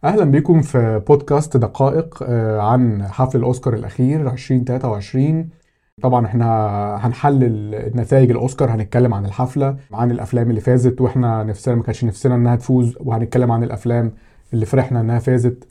اهلا بيكم في بودكاست دقائق عن حفل الاوسكار الاخير 2023. طبعا احنا هنحلل نتائج الاوسكار، هنتكلم عن الحفله، عن الافلام اللي فازت واحنا نفسنا ما كانش نفسنا انها تفوز، وهنتكلم عن الافلام اللي فرحنا انها فازت.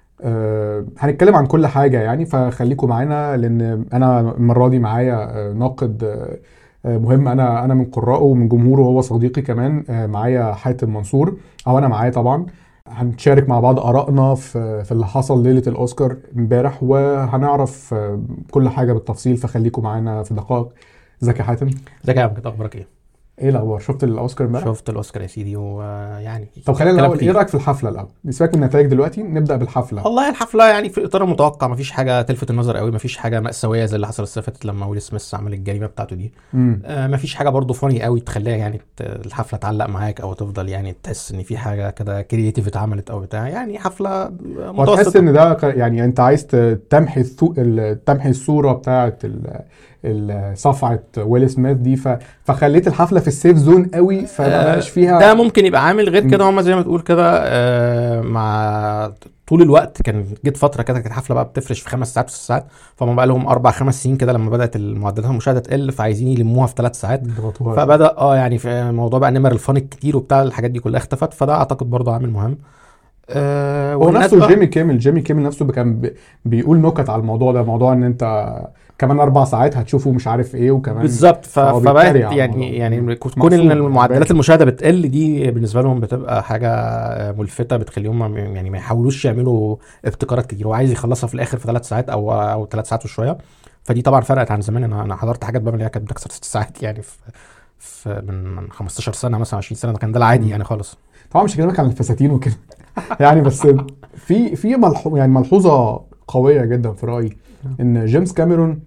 هنتكلم عن كل حاجه يعني، فخليكم معانا لان انا المره دي معايا ناقد مهم. انا من قرائه ومن جمهوره، هو صديقي كمان. معايا حاتم منصور، او انا معايا طبعا. هنشارك مع بعض آرائنا في اللي حصل ليلة الأوسكار امبارح، وهنعرف كل حاجة بالتفصيل، فخليكم معانا في دقائق. ازيك يا حاتم؟ ازيك يا عم، اخبارك ايه؟ ايه الأخبار؟ شفت الأوسكار امبارح؟ شفت الاوسكار يا سيدي، ويعني طب خلينا الأول، ايه رأيك في الحفلة الأول؟ سيبك من النتائج دلوقتي، نبدأ بالحفلة. والله الحفله يعني في اطار المتوقع، مفيش حاجه تلفت النظر قوي، مفيش حاجه مأساويه زي اللي حصل السنه اللي فاتت لما ويل سميث عمل الجريمه بتاعته دي. مفيش حاجه برضو فاني قوي تخليها يعني الحفله تعلق معاك او تفضل يعني تحس ان في حاجه كده كرييتيف اتعملت او بتاع، يعني حفله متوسطه. وتحس ان ده يعني انت عايز تمحي الصورة بتاعت صفعة ويل سميث دي، فخليت الحفلة في السيف زون قوي، فمبقاش فيها. ده ممكن يبقى عامل غير كده، هم زي ما تقول كده مع طول الوقت. كان جيت فتره كده كانت حفله بقى بتفرش في 5 ساعات و6 ساعات، فهم بقى لهم 4-5 سنين كده لما بدات المعدلات المشاهده تقل، فعايزين يلموها في 3 ساعات. فبدا يعني في الموضوع بقى نمر الفن الكتير وبتاع الحاجات دي كلها اختفت، فده اعتقد برضه عامل مهم. هو نفسه جيمي كيمل نفسه كان بيقول نكت على الموضوع ده، موضوع ان انت كمان 4 ساعات هتشوفوا مش عارف ايه، وكمان بالظبط. فبقت يعني كون ان المعدلات المشاهده بتقل دي بالنسبه لهم بتبقى حاجه ملفته، بتخليهم يعني ما يحاولوش يعملوا ابتكارات كتير، وعايز يخلصها في الاخر في 3 ساعات او 3 ساعات وشويه. فدي طبعا فرقت عن زمان. انا حضرت حاجات بقى اللي هي كانت بتكسر 6 ساعات يعني في من 15 سنه مثلا 20 سنه، ده كان ده العادي يعني خالص. طبعا مش هكلمك عن الفساتين وكده يعني، بس في ملحوظه قويه جدا في رايي، ان جيمس كاميرون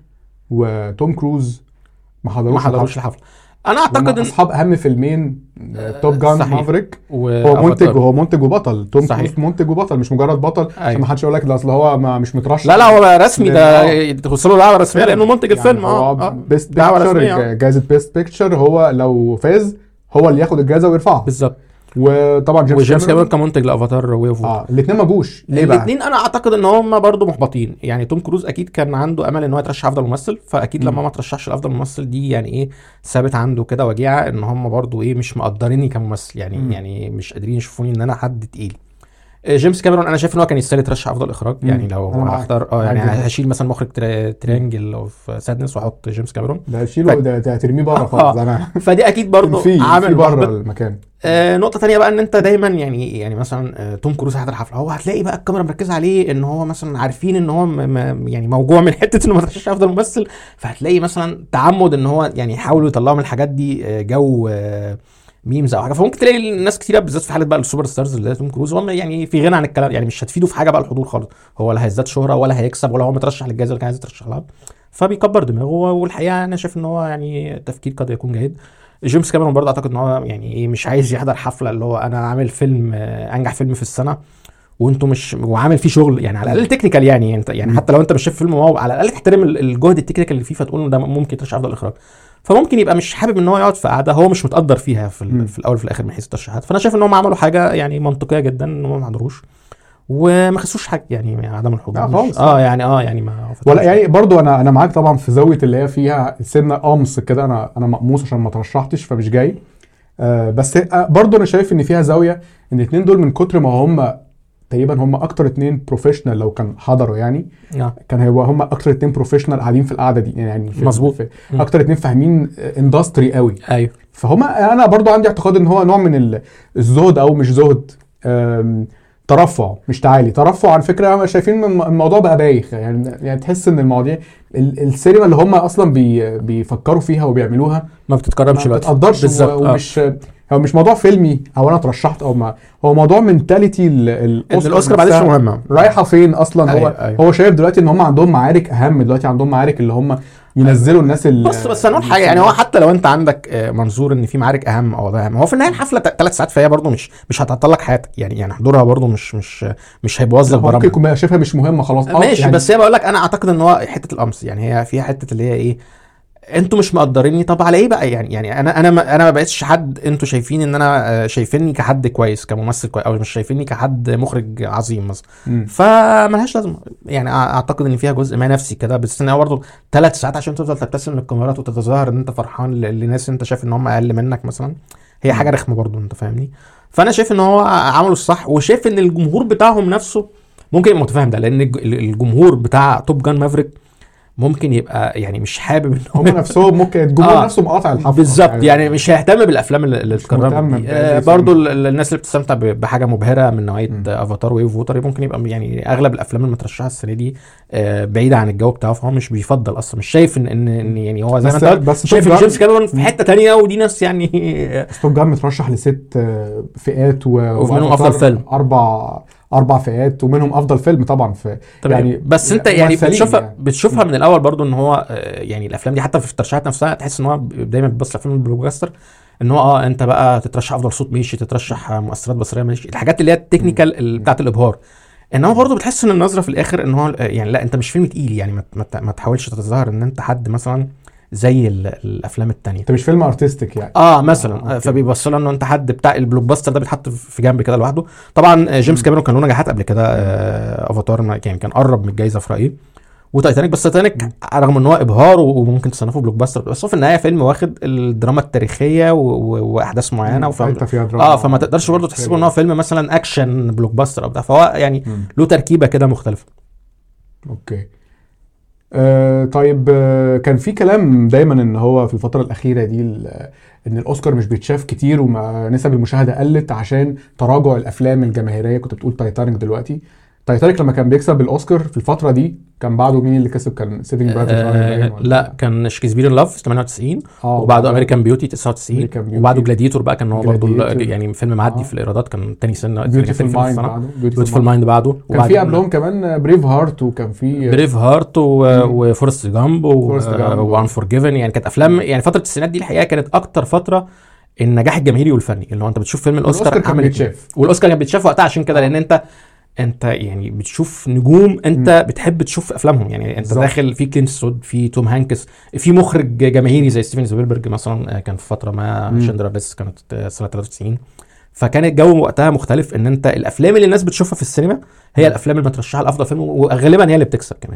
وتوم كروز ما حضروش الحفله. انا اعتقد ان اصحاب اهم فيلمين، توب جان مافريك، هو منتج وبطل. توم كروز منتج وبطل، مش مجرد بطل عشان ما حدش يقول لك ده اصل هو مش مترشح. لا هو رسمي، ده توصله دعوه رسميه لانه منتج الفيلم. بيست بيكتشر، جائزه بيست بيكتشر، هو لو فاز هو اللي ياخد الجائزه ويرفعها بالظبط. وطبعا جيمس كاميرون كمنتج لافاتار ويفو. الاثنين ما جوش ليه بقى؟ الاثنين انا اعتقد ان هم برضو محبطين. يعني توم كروز اكيد كان عنده امل ان هو يترشح افضل ممثل، فاكيد لما ما ترشحش لافضل ممثل دي يعني ايه، ثابت عنده كده وجيعه ان هم برضو ايه مش مقدريني كممثل يعني. يعني مش قادرين يشوفوني ان انا حد تقيل. جيمس كاميرون انا شايف ان هو كان يستاهل يترشح افضل اخراج. يعني لو هختار يعني هشيل مثلا مخرج تريانجل اوف سادنس واحط جيمس كاميرون. ده هشيله، ده هترميه بره خالص. انا فدي اكيد برضو عامل بره المكان. نقطه تانية بقى، ان انت دايما يعني مثلا توم كروز هيحضر حفله، هو هتلاقي بقى الكاميرا مركزه عليه، ان هو مثلا عارفين ان هو يعني موجوع من حته انه ما ترشحش افضل ممثل، فهتلاقي مثلا تعمد ان هو يعني يحاولوا يطلعوا من الحاجات دي جو ميمز او حاجه. فممكن تلاقي الناس كتير بالذات في حاله بقى السوبر ستارز اللي توم كروز، هم يعني في غنى عن الكلام، يعني مش هتفيدوا في حاجه بقى الحضور خالص. هو لا هيزداد شهره ولا هيكسب ولا هو مترشح للجائزه اللي كان عايز يترشح لها، فبيكبر دماغه. والحقيقه انا شايف ان هو يعني تفكير قد يكون جيد. جيمس كاميرون برضه اعتقد ان هو يعني ايه مش عايز يحضر حفله اللي هو انا عامل فيلم انجح فيلم في السنه وانتم مش، وعامل فيه شغل يعني على الاقل تكنيكال. يعني انت يعني حتى لو انت مش شايف فيلم واو، على الاقل تحترم الجهد التكنيكال اللي فيه، فتقول ده ممكن يترشح افضل اخراج. فممكن يبقى مش حابب ان هو يقعد في قعده هو مش متقدر فيها في الاول في الاخر من حيث الترشيحات. فانا شايف ان هم عملوا حاجه يعني منطقيه جدا ان هم ما حضروش وما خسوش حاجه يعني عدم الحضور. يعني ما ولا يعني برضو انا معاك طبعا في زاويه اللي هي فيها سنه قمص كده. انا مقموص عشان ما ترشحتش فمش جاي. بس برضو انا شايف ان فيها زاويه ان الاثنين دول من كتر ما هم تقريبا هم اكتر 2 بروفيشنال لو كان حضروا يعني كان هيبقى هم اكتر 2 بروفيشنال قاعدين في القعده دي يعني مظبوط. اكتر 2 فاهمين اندستري قوي. ايوه. فهم انا برضو عندي اعتقاد ان هو نوع من الزهد او مش زهد، ترفع مش تعالي. ترفع على فكره شايفين الموضوع بقى بايخ يعني تحس ان المواضيع السينما اللي هم اصلا بيفكروا فيها وبيعملوها ما بتتكرمش ما بتقدرش. ومش هو مش موضوع فيلمي او انا اترشحت او ما، هو موضوع منتاليتي الاوسكار بعدش مهمه رايحه فين اصلا. هو شايف دلوقتي ان هم عندهم معارك اهم، دلوقتي عندهم معارك اللي هم ينزلوا الناس بس هنقول حاجه يعني، هو حتى لو انت عندك منظور ان في معارك اهم او ده اهم، هو في النهايه الحفله 3 ساعات فهي برضو مش هتعطل لك حياتك يعني حضورها برضو مش هيبوظ لك برامج. ممكن يكون شايفها مش مهمه خلاص ماشي يعني. بس هي بقول لك انا اعتقد ان هو حته القمص يعني هي فيها حته اللي هي ايه انتوا مش مقدريني. طب على ايه بقى؟ يعني انا ما بقتش حد انتوا شايفين ان انا شايفيني كحد كويس كممثل كويس، او مش شايفيني كحد مخرج عظيم مثلا. فملهاش لازمه. يعني اعتقد ان فيها جزء ما نفسي كده، بس ان هو برضه 3 ساعات عشان تفضل تبتسم للكاميرات وتتظاهر ان انت فرحان لناس انت شايف ان هم اقل منك مثلا، هي حاجه رخمه برضه، انت فاهمني. فانا شايف ان هو عملوا الصح، وشايف ان الجمهور بتاعهم نفسه ممكن يبقى متفاهم ده، لان الجمهور بتاع توب جان مافريك ممكن يبقى يعني مش حابب ان هم نفسهم ممكن الجمهور نفسه مقاطع الحفله بالظبط، يعني مش هيهتم بالافلام اللي اتكرمت دي. برضو الناس اللي بتستمتع بحاجه مبهره من نوعيه افاتار ويف ووتر ممكن يبقى يعني اغلب الافلام المترشحه السنه دي بعيده عن الجو بتاعه، فهو مش بيفضل اصلا، مش شايف ان يعني هو زي ما انت قلت شايف جيمس كاميرون في حته تانية، ودي ناس يعني توب جان مترشح ل6 فئات ومنهم افضل فيلم، 4 فئات ومنهم افضل فيلم طبعا. في يعني بس انت يعني بتشوفها من الاول برضو ان هو يعني الافلام دي حتى في الترشيحات نفسها تحس ان هو دايما بيبص لافلام البلوكباستر ان هو انت بقى تترشح افضل صوت ماشي، تترشح مؤثرات بصريه ماشي، الحاجات اللي هي التكنيكال بتاعه الابهار. انما برضو بتحس ان النظره في الاخر ان هو يعني لا انت مش فيلم تقيل، يعني ما تحاولش تتظاهر ان انت حد مثلا زي الافلام التانية، انت مش فيلم ارتستيك يعني مثلا. فبيبص له انه انت حد بتاع البلوك باستر ده بيتحط في جنب كده لوحده. طبعا جيمس كاميرون كان له نجاحات قبل كده، افاتار كان قرب من الجائزه في رايي، وتايتانيك. بس تايتانيك رغم ان هو ابهار وممكن تصنفه بلوك باستر، بس هو في النهايه فيلم واخد الدراما التاريخيه واحداث معينه فما تقدرش برضه تحسبه ان هو فيلم مثلا اكشن بلوك باستر او بتاع، فهو يعني له تركيبه كده مختلفه. اوكي. طيب، كان في كلام دايما ان هو في الفتره الاخيره دي ان الاوسكار مش بيتشاف كتير ونسب المشاهده قلت عشان تراجع الافلام الجماهيريه. كنت بتقول تايتانيك دلوقتي. تايتانيك لما كان بيكسب الاوسكار في الفتره دي كان بعده مين اللي كسب؟ كان سيفنج برايفت لا كان شكسبير ان لاف 98 وبعده امريكان بيوتي 99 وبعده جلاديتور بقى كان هو برضه يعني فيلم معدي في الايرادات، كان تاني سنه. بيوتيفول مايند بعده كان في قبلهم كمان بريف هارت، وكان في بريف هارت وفورست جامب وان فورجيفن. يعني كانت افلام يعني فتره السنات دي الحقيقه كانت اكتر فتره النجاح الجماهيري والفني، اللي هو انت بتشوف فيلم الاوسكار كان بيتشاف، والاوسكار كان بيتشاف وقتها عشان كده، لان انت يعني بتشوف نجوم انت بتحب تشوف افلامهم. يعني انت داخل في كلينت سود، في توم هانكس، في مخرج جماهيري زي ستيفن سبيلبرج مثلا، كان في فتره ما شندلر ليست كانت سنه 93. فكان الجو وقتها مختلف، ان انت الافلام اللي الناس بتشوفها في السينما هي الافلام اللي مترشحه لافضل فيلم، وغالبا هي اللي بتكسب كمان.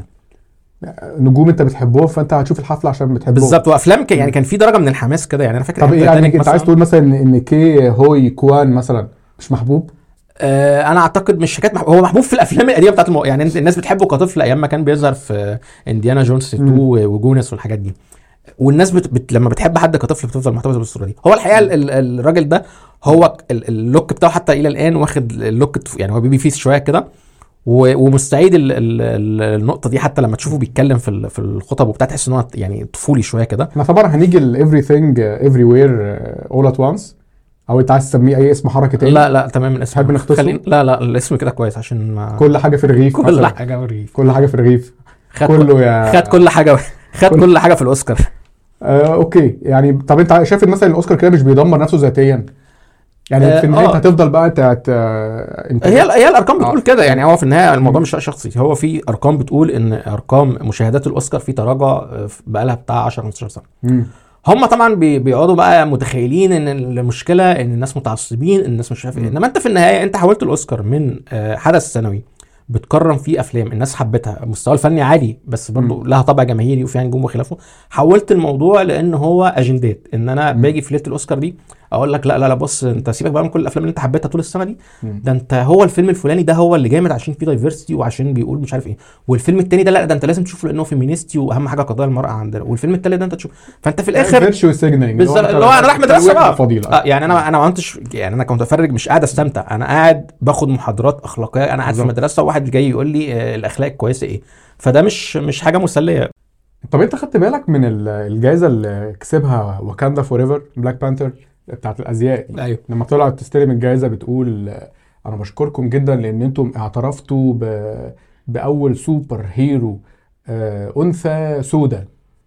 نجوم انت بتحبهم فانت هتشوف الحفله عشان بتحبهم بالظبط. وافلام يعني كان في درجه من الحماس كده. يعني انا فاكر طب ايه يعني انت عايز تقول مثلا ان كي هوي كوان مثلا مش محبوب؟ انا اعتقد مش حكايه هو محبوب في الافلام القديمه بتاعت يعني الناس بتحبه كطفل ايام ما كان بيظهر في انديانا جونز 2 وجونس والحاجات دي، والناس لما بتحب حد كطفل بتفضل محتفظه بالصوره دي. هو الحقيقه الراجل ده هو اللوك بتاعه حتى الى الان واخد اللوك، يعني هو بيبي فيس شويه كده، ومستعيد النقطه دي. حتى لما تشوفه بيتكلم في الخطب وبتاع تحس ان هو يعني طفولي شويه كده. احنا طبعا هنيجي everything everywhere all at once، او انت عايز تسميه اي اسم حركه تاني؟ لا تمام الاسم تحب نختصره؟ لا الاسم كده كويس عشان ما كل حاجه في الرغيف. كل حاجه في الرغيف، كل حاجه في الرغيف كله خد كل حاجه، كل حاجه في الاوسكار. اوكي. يعني طب انت شايف مثلا الاوسكار كده مش بيدمر نفسه ذاتيا؟ يعني في النهايه انت هتفضل بقى انت هي الارقام بتقول كده. يعني هو في النهايه الموضوع مش شخصي، هو في ارقام بتقول ان ارقام مشاهدات الاوسكار في تراجع بقى لها بتاع 10 15 سنه. هم طبعا بيقعدوا بقى متخيلين ان المشكله ان الناس متعصبين، الناس مش عارف ايه. انما انت في النهايه انت حولت الاوسكار من حدث سنوي بتكرم فيه افلام الناس حبتها، المستوى الفني عالي بس برضو لها طابع جماهيري وفيها نجوم وخلافه، حولت الموضوع لان هو اجندات، ان انا باجي في ليله الاوسكار دي اقول لك لا بص انت سيبك بقى من كل الافلام اللي انت حبيتها طول السنه دي، ده انت هو الفيلم الفلاني ده هو اللي جامد عشان فيه دايفرسيتي وعشان بيقول مش عارف ايه، والفيلم التاني ده لا ده انت لازم تشوفه لانه فيمينيستي واهم حاجه قضايا المراه عندنا، والفيلم التالت ده انت تشوف. فانت في الاخر فيرتشو سيجنالينج اللي هو انا رايح مدرسه بقى. يعني انا ما كنتش، يعني انا كمتفرج مش قاعد استمتع، انا قاعد باخد محاضرات اخلاقيه، انا قاعد في مدرسه وواحد جاي يقول لي الاخلاق كويسه ايه، فده مش حاجه مسليه. طب انت خدت بالك من الجائزه اللي كسبها واكاندا فوريفر بلاك بانثر بتاعت الازياء؟ ايوه. لما طلعت تستلم الجائزه بتقول انا بشكركم جدا لان انتم اعترفتوا باول سوبر هيرو انثى سوداء،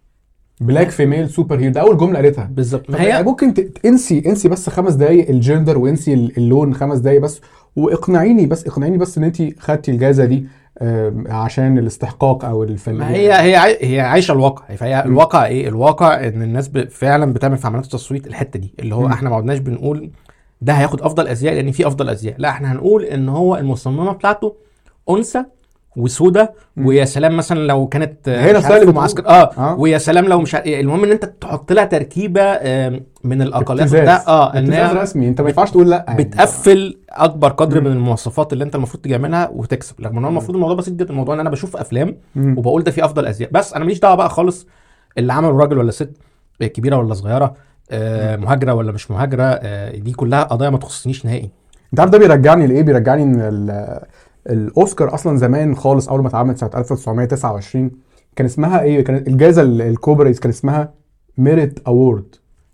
بلاك فيميل سوبر هيرو. ده اول جمله قالتها بالظبط. هي ممكن انسي بس 5 دقايق الجندر، وانسي اللون 5 دقايق بس، واقنعيني بس ان انت خدتي الجائزه دي عشان الاستحقاق او الفن. ما هي عايشه الواقع. فهي الواقع ايه؟ الواقع ان الناس فعلا بتعمل في عمليات التصويت الحته دي اللي هو احنا ما عدناش بنقول ده هياخد افضل ازياء لان في افضل ازياء، لا احنا هنقول ان هو المصممه بتاعته انثى وسودة، ويا سلام مثلا لو كانت هي نفسها اللي معسكر ويا سلام لو مش المهم ان انت تحط لها تركيبه من الاقليات ده ابتزاز رسمي، انت ما ينفعش تقول لا يعني بتقفل اكبر قدر من المواصفات اللي انت المفروض تجمعها وتكسب. رغم ان هو المفروض الموضوع بسيط جدا، الموضوع ان انا بشوف افلام وبقول ده في افضل ازياء، بس انا ماليش دعوه بقى خالص اللي عمله راجل ولا ست، كبيره ولا صغيره، مهاجره ولا مش مهاجره، دي كلها قضايا ما تخصنيش نهائي. انت عارف ده بيرجعني لايه؟ بيرجعني ان الاوسكار اصلا زمان خالص اول ما اتعملت سنه 1929 كان اسمها ايه؟ كانت الجائزه الكبرى كان اسمها ميريت اوورد،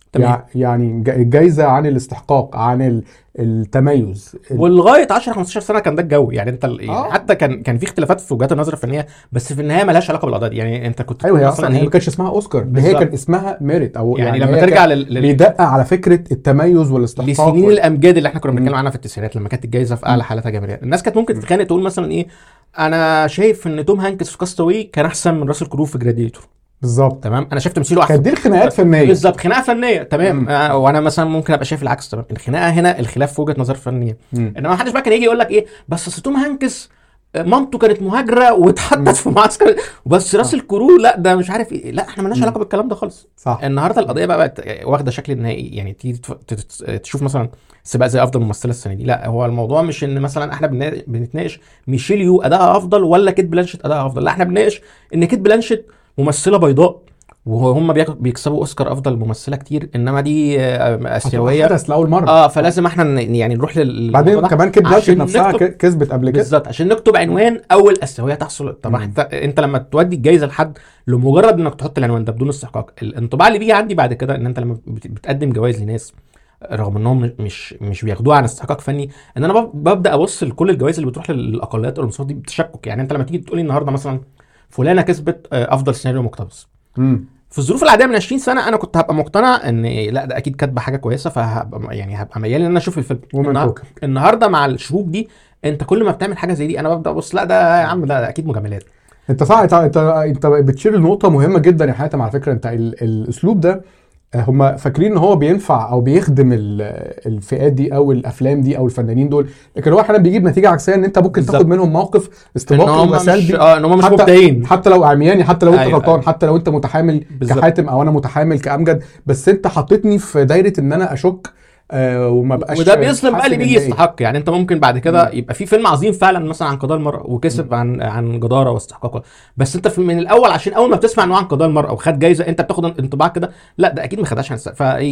يعني الجائزه عن الاستحقاق، عن التميز. ولغايه 10 15 سنه كان ده الجو، يعني انت حتى كان في اختلافات في وجهات النظر الفنيه، بس في النهايه مالهاش علاقه بالقضايا دي. يعني انت كنت ايوه، هي اصلا هي ما كانتش اسمها اوسكار، هي كان اسمها ميريت، او يعني لما ترجع بيدقق على فكره التميز والاستحقاق لسنين الامجاد اللي احنا كنا بنتكلم عنها في التسعينات لما كانت الجائزه في اعلى حالاتها جماهيريه. الناس كانت ممكن تتخانق تقول مثلا ايه، انا شايف ان توم هانكس في كاستاوي كان احسن من راسل كرو في جلاديتور. بالظبط، تمام، انا شايف تمثيله احسن. كانت دي الخناقات فنيه، بالظبط، خناقه فنيه، تمام. وانا مثلا ممكن ابقى شايف العكس، تمام. الخناقه هنا الخلاف في وجهه نظر فنيه. انما ما حدش بقى كان يجي يقول لك ايه، بس توم هانكس مامته كانت مهاجره واتحطت في معسكر، وبس راسل كرو لا ده مش عارف ايه. لا احنا مالناش علاقه بالكلام ده خالص. صح. النهارده القضيه بقت واخده شكل النهائي. يعني تيجي تشوف مثلا سباق زي افضل ممثله السنه دي، لا هو الموضوع مش ان مثلا احنا بنتناقش ميشيل يو ادائها افضل ولا كيت بلانشيت ادائها افضل، لا احنا بنناقش ان كيت بلانشيت ممثله بيضاء وهم بيكسبوا اوسكار افضل ممثله كتير، انما دي اسيويه حدث لاول مره. فلازم احنا يعني نروح بعدين كمان كيت بلانشيت نفسها كسبت قبل كده بالظبط، عشان نكتب عنوان اول اسيويه تحصل. طب انت لما تودي الجائزه لحد لمجرد انك تحط العنوان ده بدون استحقاق، الانطباع اللي بيجي عندي بعد كده ان انت لما بتقدم جوائز لناس رغم انهم مش بياخدوها عن استحقاق فني، ان انا ببدا ابص لكل الجوائز اللي بتروح للاقليات والمصادر دي بتشكك. يعني انت لما تيجي تقولي النهارده مثلا فلانه كسبت افضل سيناريو مقتبس، في الظروف العاديه من 20 سنه انا كنت هبقى مقتنع ان لا ده اكيد كاتبه حاجه كويسه، فهبقى يعني هبقى ميال ان انا اشوف الفيلم. النهارده مع الشروق دي انت كل ما بتعمل حاجه زي دي انا ببدا ابص لا ده يا عم ده اكيد مجاملات. انت صح، انت بتشير لنقطه مهمه جدا يا حاتم. على فكره انت الاسلوب ده هم فاكرين ان هو بينفع او بيخدم الفئات دي او الافلام دي او الفنانين دول، لكن هو احيانا بيجيب نتيجه عكسيه ان انت ممكن تاخد منهم موقف استباقي وسلبي، ان هم مش مبدعين، حتى لو عمياني، حتى لو انت غلطان، حتى لو انت متحامل كحاتم او انا متحامل كامجد، بس انت حطيتني في دايره ان انا اشك وما بقاش. وده بيظلم بقى اللي بيجي يستحق. يعني انت ممكن بعد كده يبقى في فيلم عظيم فعلا مثلا عن قضايا المرأة وكسب عن جدارة واستحقاق، بس انت من الاول عشان اول ما بتسمع انه عن قضايا المرأة وخد جايزة انت بتاخد انطباع كده لا ده اكيد ما خدهاش عن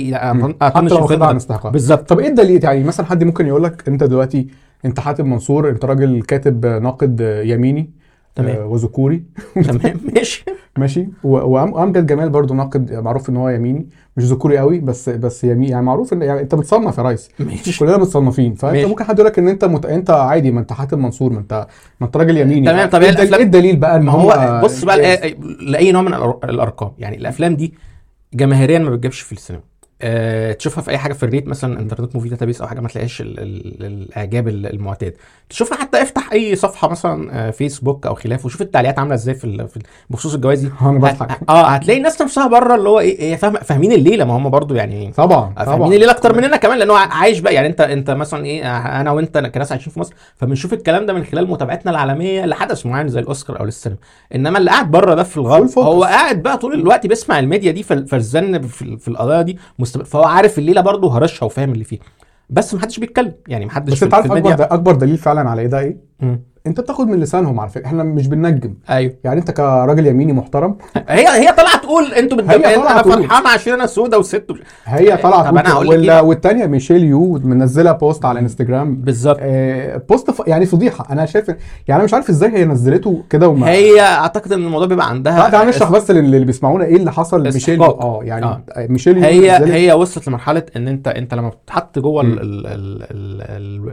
حتى لو خدها عن استحقاق. بالظبط. طب ايه الدليل؟ يعني مثلا حد ممكن يقول لك انت دلوقتي انت حاتم منصور، انت راجل كاتب ناقد يميني وذكوري تمام ماشي وامجد جمال برضو ناقد معروف ان هو يميني مش ذكوري قوي بس يميني، يعني معروف ان يعني انت متصنف يا ريس، كلنا متصنفين. فانت ممكن حد يقول لك ان انت عادي، ما انت حاتم منصور، ما انت راجل يميني. تمام. طب ايه الدليل بقى ان هو بص بقى لاي نوع من الارقام. يعني الافلام دي جماهيريا ما بتجيبش في السينما، تشوفها في اي حاجه في الريت مثلا انترنت موفي داتابيس او حاجه ما تلاقيش الاعجاب المعتاد. تشوفها حتى افتح اي صفحه مثلا فيسبوك او خلافه وشوف التعليقات عامله ازاي بخصوص الجوائز دي. انا بضحك هتلاقي الناس نفسها بره اللي هو ايه فاهمين الليله. ما هم برضو يعني طبعا فاهمين الليله اكتر مننا كمان، لانه عايش بقى. يعني انت مثلا ايه، انا وانت كناس عايشين في مصر فبنشوف الكلام ده من خلال متابعتنا العالميه لحدث معين زي الاوسكار او السينما. انما اللي قاعد بره ده في الغرب هو قاعد بقى طول الوقت بيسمع الميديا دي فالزن في القضايا دي فهو عارف الليله برضه هرشها وفاهم اللي فيه، بس محدش بيتكلم. يعني محدش. بس انت عارف اكبر دليل فعلا على ايه ده ايه؟ انت بتاخد من لسانهم. على فكره احنا مش بننجم. ايوه. يعني انت كراجل يميني محترم هي طلعت تقول انتوا انا فرحان عشان انا سودا وست هي طلعت والثانيه ميشيل يو منزله بوست على انستجرام بالظبط. بوست يعني فضيحه. انا شايف يعني انا مش عارف ازاي هي نزلته كده هي اعتقد ان الموضوع بيبقى عندها. تعال نشرح بس اللي بيسمعونا ايه اللي حصل لميشيل يو. يعني ميشيل يو هي وصلت لمرحله ان انت لما بتتحط جوه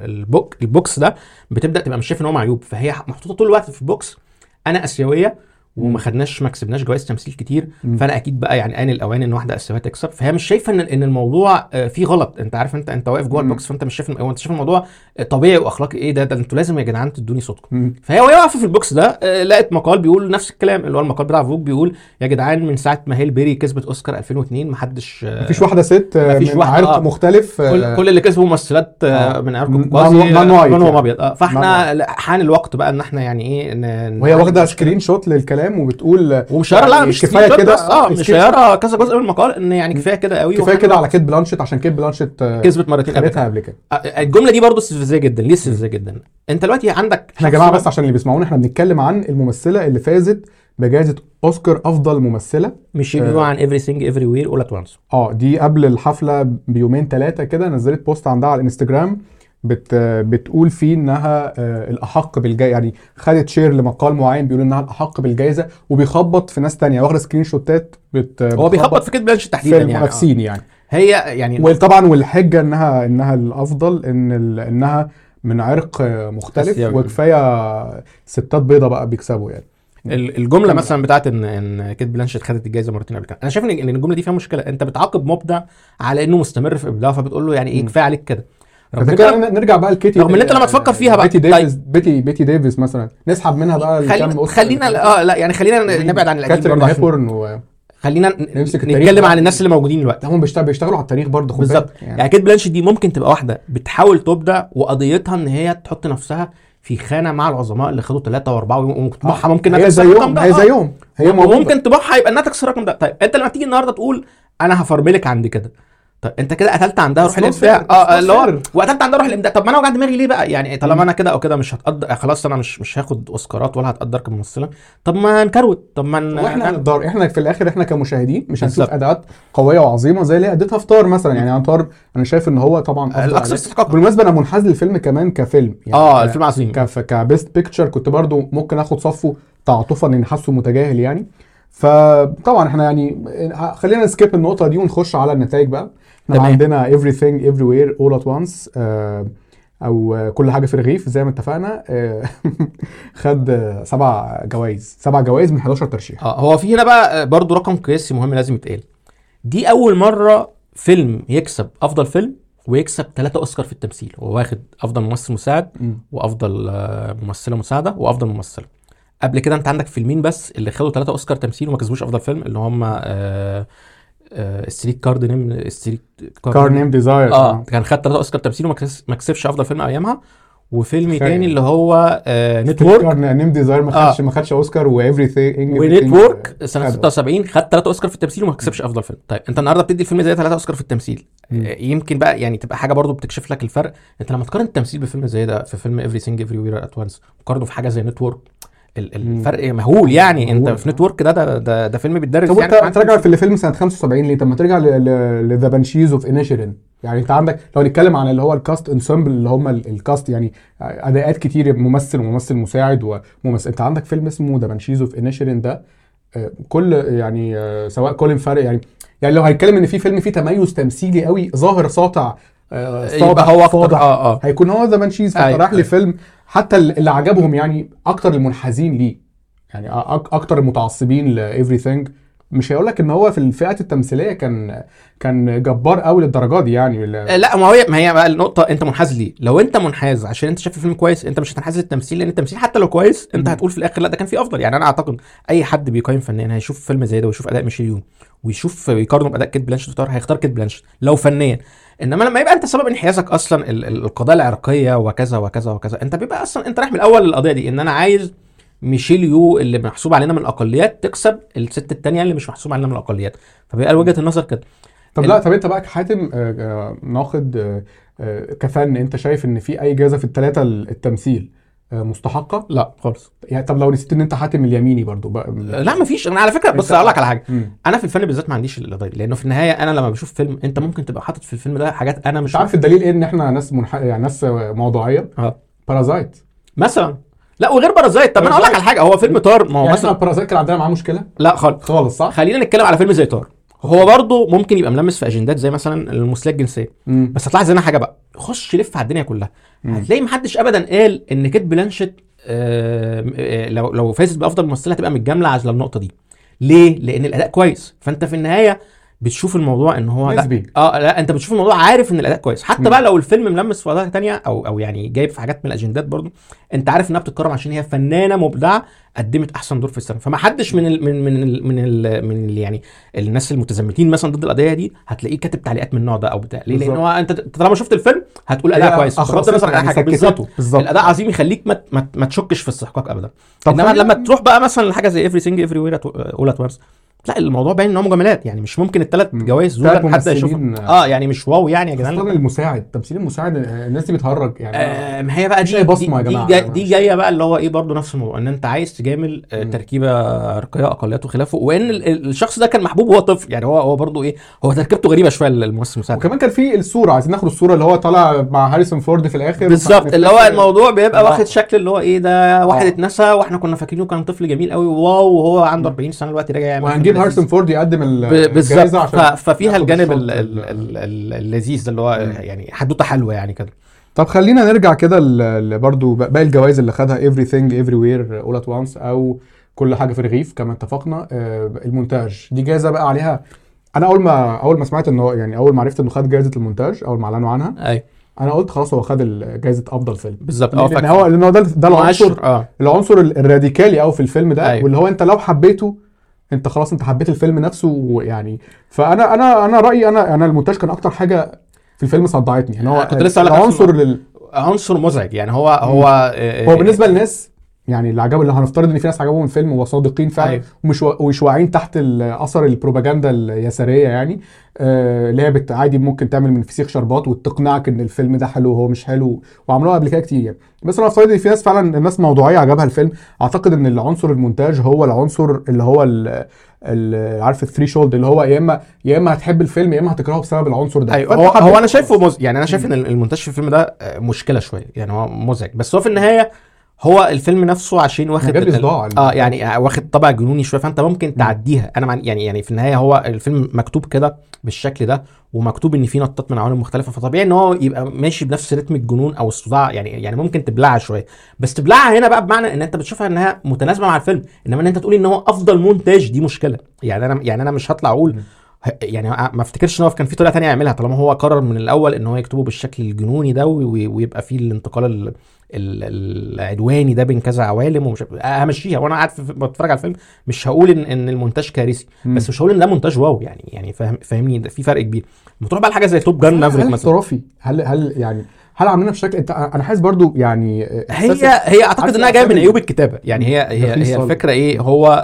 البوكس ده بتبدا تبقى مش شايف ان هو معيوب. فهي محطوطه طول الوقت في بوكس انا اسيويه وما خدناش ما كسبناش جوائز تمثيل كتير، فانا اكيد بقى يعني آن الاوان ان واحده اسيويه تكسب. فهي مش شايفه ان الموضوع فيه غلط. انت عارف انت واقف جوه البوكس، فانت مش شايف انت شايف الموضوع طبيعي واخلاقي. ايه ده انتوا لازم يا جدعان تدوني صوتكم. فهي وهي واقفه في البوكس ده لقت مقال بيقول نفس الكلام، اللي هو المقال بتاع فوج، بيقول يا جدعان من ساعه ما هيل بيري كسبت اوسكار 2002 مفيش واحده ست من عرق مختلف. كل اللي كسبوا ممثلات من عرق قوقازي لونهم ابيض. فاحنا حان الوقت بقى ان احنا يعني ايه وهي واخده سكرين شوت للكلام وبتقول ومشيره لا مش كفايه كده مشيره كذا جزء من المقال ان يعني كفايه كده قوي، كفايه كده على كيت بلانشيت، عشان كيت بلانشيت كسبت مرتين قبل كده. الجمله دي برضو استفزازيه جدا. ليه استفزازيه جدا؟ انت دلوقتي عندك احنا يا جماعه بس عشان اللي بيسمعونا احنا بنتكلم عن الممثله اللي فازت بجائزه اوسكار افضل ممثله، مش بيقولوا عن everything everywhere all at once. دي قبل الحفله بيومين 3 كده نزلت بوست عندها على الانستجرام بتقول فيه انها الاحق بالجائزه، يعني خدت شير لمقال معين بيقول انها الاحق بالجائزه، وبيخبط في ناس تانية واخده سكرين شوتات هو بيخبط في كيت بلانشيت تحديدا في المنافسين يعني هي يعني وطبعا والحجه انها الافضل انها من عرق مختلف وكفايه ستات بيضه بقى بيكسبوا يعني. الجمله مثلا بتاعت ان كيت بلانشيت خدت الجائزه مرتين قبل كده، انا شايف ان الجمله دي فيها مشكله. انت بتعاقب مبدع على انه مستمر في ابداعه، فبتقول له يعني ايه كفايه عليك كده. نرجع بقى لكيتي، رغم ان انت لما تفكر فيها بقى بيتي ديفيس مثلا نسحب منها بقى الكام خلينا لا يعني خلينا نبعد عن القديم برضه، خلينا نتكلم عن الناس اللي موجودين دلوقتي. هم بيشتغلوا على التاريخ برضه بالظبط يعني كيت بلانشيت دي ممكن تبقى واحده بتحاول تبدع وقضيتها ان هي تحط نفسها في خانه مع العظماء اللي خدوا 3 و4 وطموحها ممكن هي زيهم ممكن طموحها يبقى انها تكسر الرقم ده. طيب انت لما تيجي النهارده تقول انا هفرملك عند كده، طب انت كده قتلت عندها روح الابداع. اللي هو وقتلت عندها روح الابداع. طب ما انا وجع دماغي ليه بقى يعني؟ طالما انا كده او كده مش هتقدر خلاص، انا مش هاخد اوسكارات ولا هتقدر كممثله، طب ما نكروت. طب ما احنا في الاخر احنا كمشاهدين مش هنشوف اداءات قويه وعظيمه زي اللي اديتها في طار مثلا. يعني طار انا شايف ان هو طبعا الاكثر استحقاقا. بالمناسبه انا منحاز للفيلم كمان كفيلم يعني الفيلم عظيم كبيست بيكتشر كنت برضو ممكن اخد صفه تعاطفا ان حاسه متجاهل يعني. فطبعا احنا يعني خلينا نسكيب النقطه دي ونخش على النتائج بقى. احنا عندنا everything everywhere all at once او كل حاجه في الرغيف زي ما اتفقنا خد 7 جوائز من 11 ترشيح. هو في هنا بقى برضو رقم قياسي مهم لازم يتقال. دي اول مره فيلم يكسب افضل فيلم ويكسب 3 اوسكار في التمثيل. هو واخد افضل ممثل مساعد وافضل ممثله مساعده وافضل ممثله. قبل كده انت عندك فيلمين بس اللي خدوا 3 اوسكار تمثيل وما كسبوش افضل فيلم، اللي هم ستريت كار نيم ديزاير كان خد 3 اوسكار تمثيل وما كسبش افضل فيلم ايامها. وفيلم تاني اللي هو نتورك كار نيم ديزاير ما خدش اوسكار ونتورك سنه 76 خد 3 اوسكار في التمثيل وما كسبش افضل فيلم. طيب انت النهارده بتدي الفيلم زي 3 اوسكار في التمثيل. يمكن بقى يعني تبقى حاجه برضو بتكشف لك الفرق. انت لما تقارن التمثيل بفيلم زي ده في فيلم everything everywhere at once وقارنه في حاجه زي نتورك، الفرق مهول يعني. انت في نتورك ده فيلم بيتدرس يعني. طب ترجع في الفيلم سنه 75 ليه؟ طب ما ترجع لذا بانشيز اوف انيشرين. يعني انت عندك لو نتكلم عن اللي هو الكاست انسامبل اللي هم الكاست يعني اداءات كتير، ممثل وممثل مساعد وممثل. انت عندك فيلم اسمه ذا بانشيز اوف انيشرين ده كل يعني سواء كولين فارق يعني لو هنتكلم ان في فيلم فيه تميز تمثيلي قوي ظاهر ساطع يبقى هو اكتر هيكون هو ذا بانشيز. فراح لفيلم حتى اللي عجبهم يعني اكتر المنحازين ليه، يعني اكتر المتعصبين لإيفريثينج. مش هيقول لك ان هو في الفئات التمثيليه كان جبار قوي للدرجه دي يعني. لا ما هي بقى النقطه، انت منحاز ليه؟ لو انت منحاز عشان انت شايف الفيلم كويس انت مش هتنحاز للتمثيل، لان التمثيل حتى لو كويس انت هتقول في الاخر لا ده كان فيه افضل. يعني انا اعتقد اي حد بيقيم فنيا هيشوف فيلم زي ده ويشوف اداء ميشيل يون ويشوف يقارنه باداء كيت بلانشيت هيختار كيت بلانشيت لو فنيا. انما لما يبقى انت سبب انحيازك اصلا القضايا العرقيه وكذا وكذا وكذا، انت بيبقى اصلا انت رايح من الاول للقضيه دي ان انا عايز ميشيل يو اللي محسوب علينا من الاقليات تكسب الست التانية اللي مش محسوب علينا من الاقليات. فبيبقى وجهه النظر كده. طب لا طب انت بقى حاتم ناخد كفن، انت شايف ان في اي جائزه في الثلاثه التمثيل مستحقه؟ لا خالص يعني. طب لو نسيت ان انت حاتم اليميني برضو بقى لا مفيش. انا على فكره بص اقول لك على حاجه. انا في الفن بالذات ما عنديش القضيه، لانه في النهايه انا لما بشوف فيلم انت ممكن تبقى حاطط في الفيلم ده حاجات انا مش عارف الدليل ايه ان احنا ناس يعني ناس موضوعيه. بارازايت مثلا. لا وغير بارازايت. طب انا اقول لك على حاجه، هو فيلم طار ما هو يعني مثلا بارازايت كان عندنا معاه مشكله؟ لا خالص صح. خلينا نتكلم على فيلم زي طار. هو برضه ممكن يبقى ملمس في اجندات زي مثلا المثليه الجنسيه، بس هتلاحظ هنا حاجه بقى، خش لف على الدنيا كلها هتلاقي محدش ابدا قال ان كيت بلانشيت لو فازت بافضل ممثله هتبقى متجامله عشان النقطه دي. ليه؟ لان الاداء كويس، فانت في النهايه بتشوف الموضوع ان هو نسبي. لا انت بتشوف الموضوع عارف ان الاداء كويس، حتى بقى لو الفيلم ملمس في قضايا تانية او يعني جايب في حاجات من الاجندات برضو، انت عارف انها بتتكرم عشان هي فنانه مبدعه قدمت احسن دور في السنه. فما حدش من يعني الناس المتزمتين مثلا ضد القضيه دي هتلاقيه كاتب تعليقات من النوع ده او بتاع. ليه؟ لان هو انت طالما شفت الفيلم هتقول اداء كويس، بغض النظر عن حاجه. بالظبط الاداء عظيم يخليك ما تشكش في استحقاق ابدا. انما لما تروح بقى مثلا لحاجه زي everything everywhere all at once، لا الموضوع باين ان هو مجاملات، يعني مش ممكن الثلاث جوائز دول حد يشوفهم. يعني مش واو يعني يا جدعان. اصلا المساعد، تمثيل المساعد، الناس دي بتهرج يعني. ما هي بقى دي جايه بقى اللي هو ايه برضو نفس الموضوع، ان انت عايز تجامل تركيبه عرقيه اقليات وخلافه، وان الشخص ده كان محبوب وهو طفل، يعني هو برضو ايه، هو تركيبته غريبه شويه الممثل المساعد. وكمان كان في الصوره، عايزين ناخد الصوره اللي هو طالع مع هاريسون فورد في الاخر بالظبط، اللي هو الموضوع بيبقى واخد شكل اللي هو ايه ده، واحد اتنسى واحنا كنا فاكرينه كان طفل جميل قوي واو، وهو عنده 40 سنه دلوقتي راجع يعمل، وهنجيب هاريسون فورد يقدم الجائزه عشان ففيها الجانب اللذيذ اللي هو يعني حدوته حلوه يعني كده. طب خلينا نرجع كده برضو باقي الجوائز اللي خدها everything everywhere all at once او كل حاجه في رغيف كما اتفقنا. المونتاج دي جائزه بقى عليها. انا اول ما سمعت انه يعني اول ما عرفت انه خد جائزه المونتاج، اول ما اعلنوا عنها انا قلت خلاص هو خد جائزه افضل فيلم. بالظبط، لان هو ده العنصر الراديكالي او في الفيلم ده. واللي هو انت لو حبيته انت خلاص انت حبيت الفيلم نفسه يعني. فانا انا رايي انا المونتاج كان اكتر حاجه في الفيلم صدعتني. يعني هو كنت لسه عنصر مزعج يعني. هو بالنسبه للناس يعني اللي عجبوا، اللي هنفترض ان في ناس عجبهم الفيلم وصادقين فعلا ومش واعيين تحت اثر البروباغندا اليساريه يعني، اللي هي عادي ممكن تعمل من فسيخ شربات وتقنعك ان الفيلم ده حلو وهو مش حلو، وعملوها قبل كده كتير يعني. بس انا افترض ان في ناس فعلا الناس موضوعيه عجبها الفيلم. اعتقد ان العنصر المونتاج هو العنصر اللي هو عارف الثري شولد، اللي هو يا اما هتحب الفيلم يا اما هتكرهه بسبب العنصر ده. هو انا شايفه يعني انا شايف ان المونتاج في الفيلم ده مشكله شويه يعني، هو مزعج. بس هو في النهايه هو الفيلم نفسه عشان واخد يعني واخد طابع جنوني شويه، فانت ممكن تعديها. انا يعني في النهايه هو الفيلم مكتوب كده بالشكل ده، ومكتوب ان في نطات من عوالم مختلفه، فطبيعي ان هو يبقى ماشي بنفس رتم الجنون او الصداع يعني ممكن تبلعها شويه. بس تبلعها هنا بقى بمعنى ان انت بتشوفها انها متناسبه مع الفيلم، انما ان انت تقول ان هو افضل مونتاج دي مشكله. يعني انا مش هطلع اقول يعني ما افتكرش ان هو كان في طريقه ثانيه يعملها، طالما هو قرر من الاول ان هو يكتبه بالشكل الجنوني ده ويبقى فيه الانتقال العدواني ده بين كذا عوالم. ومش همشيها وانا قاعد بتفرج على الفيلم، مش هقول ان المونتاج كارثي، بس مش هقول ان ده مونتاج واو يعني فاهمني، في فرق كبير. لما تروح بقى لحاجه زي توب جان مافريك مثلا، احترافي هل عاملينها بشكل انا حاسس برضو يعني هي اعتقد انها جايه من عيوب الكتابه يعني. هي الفكره ايه، هو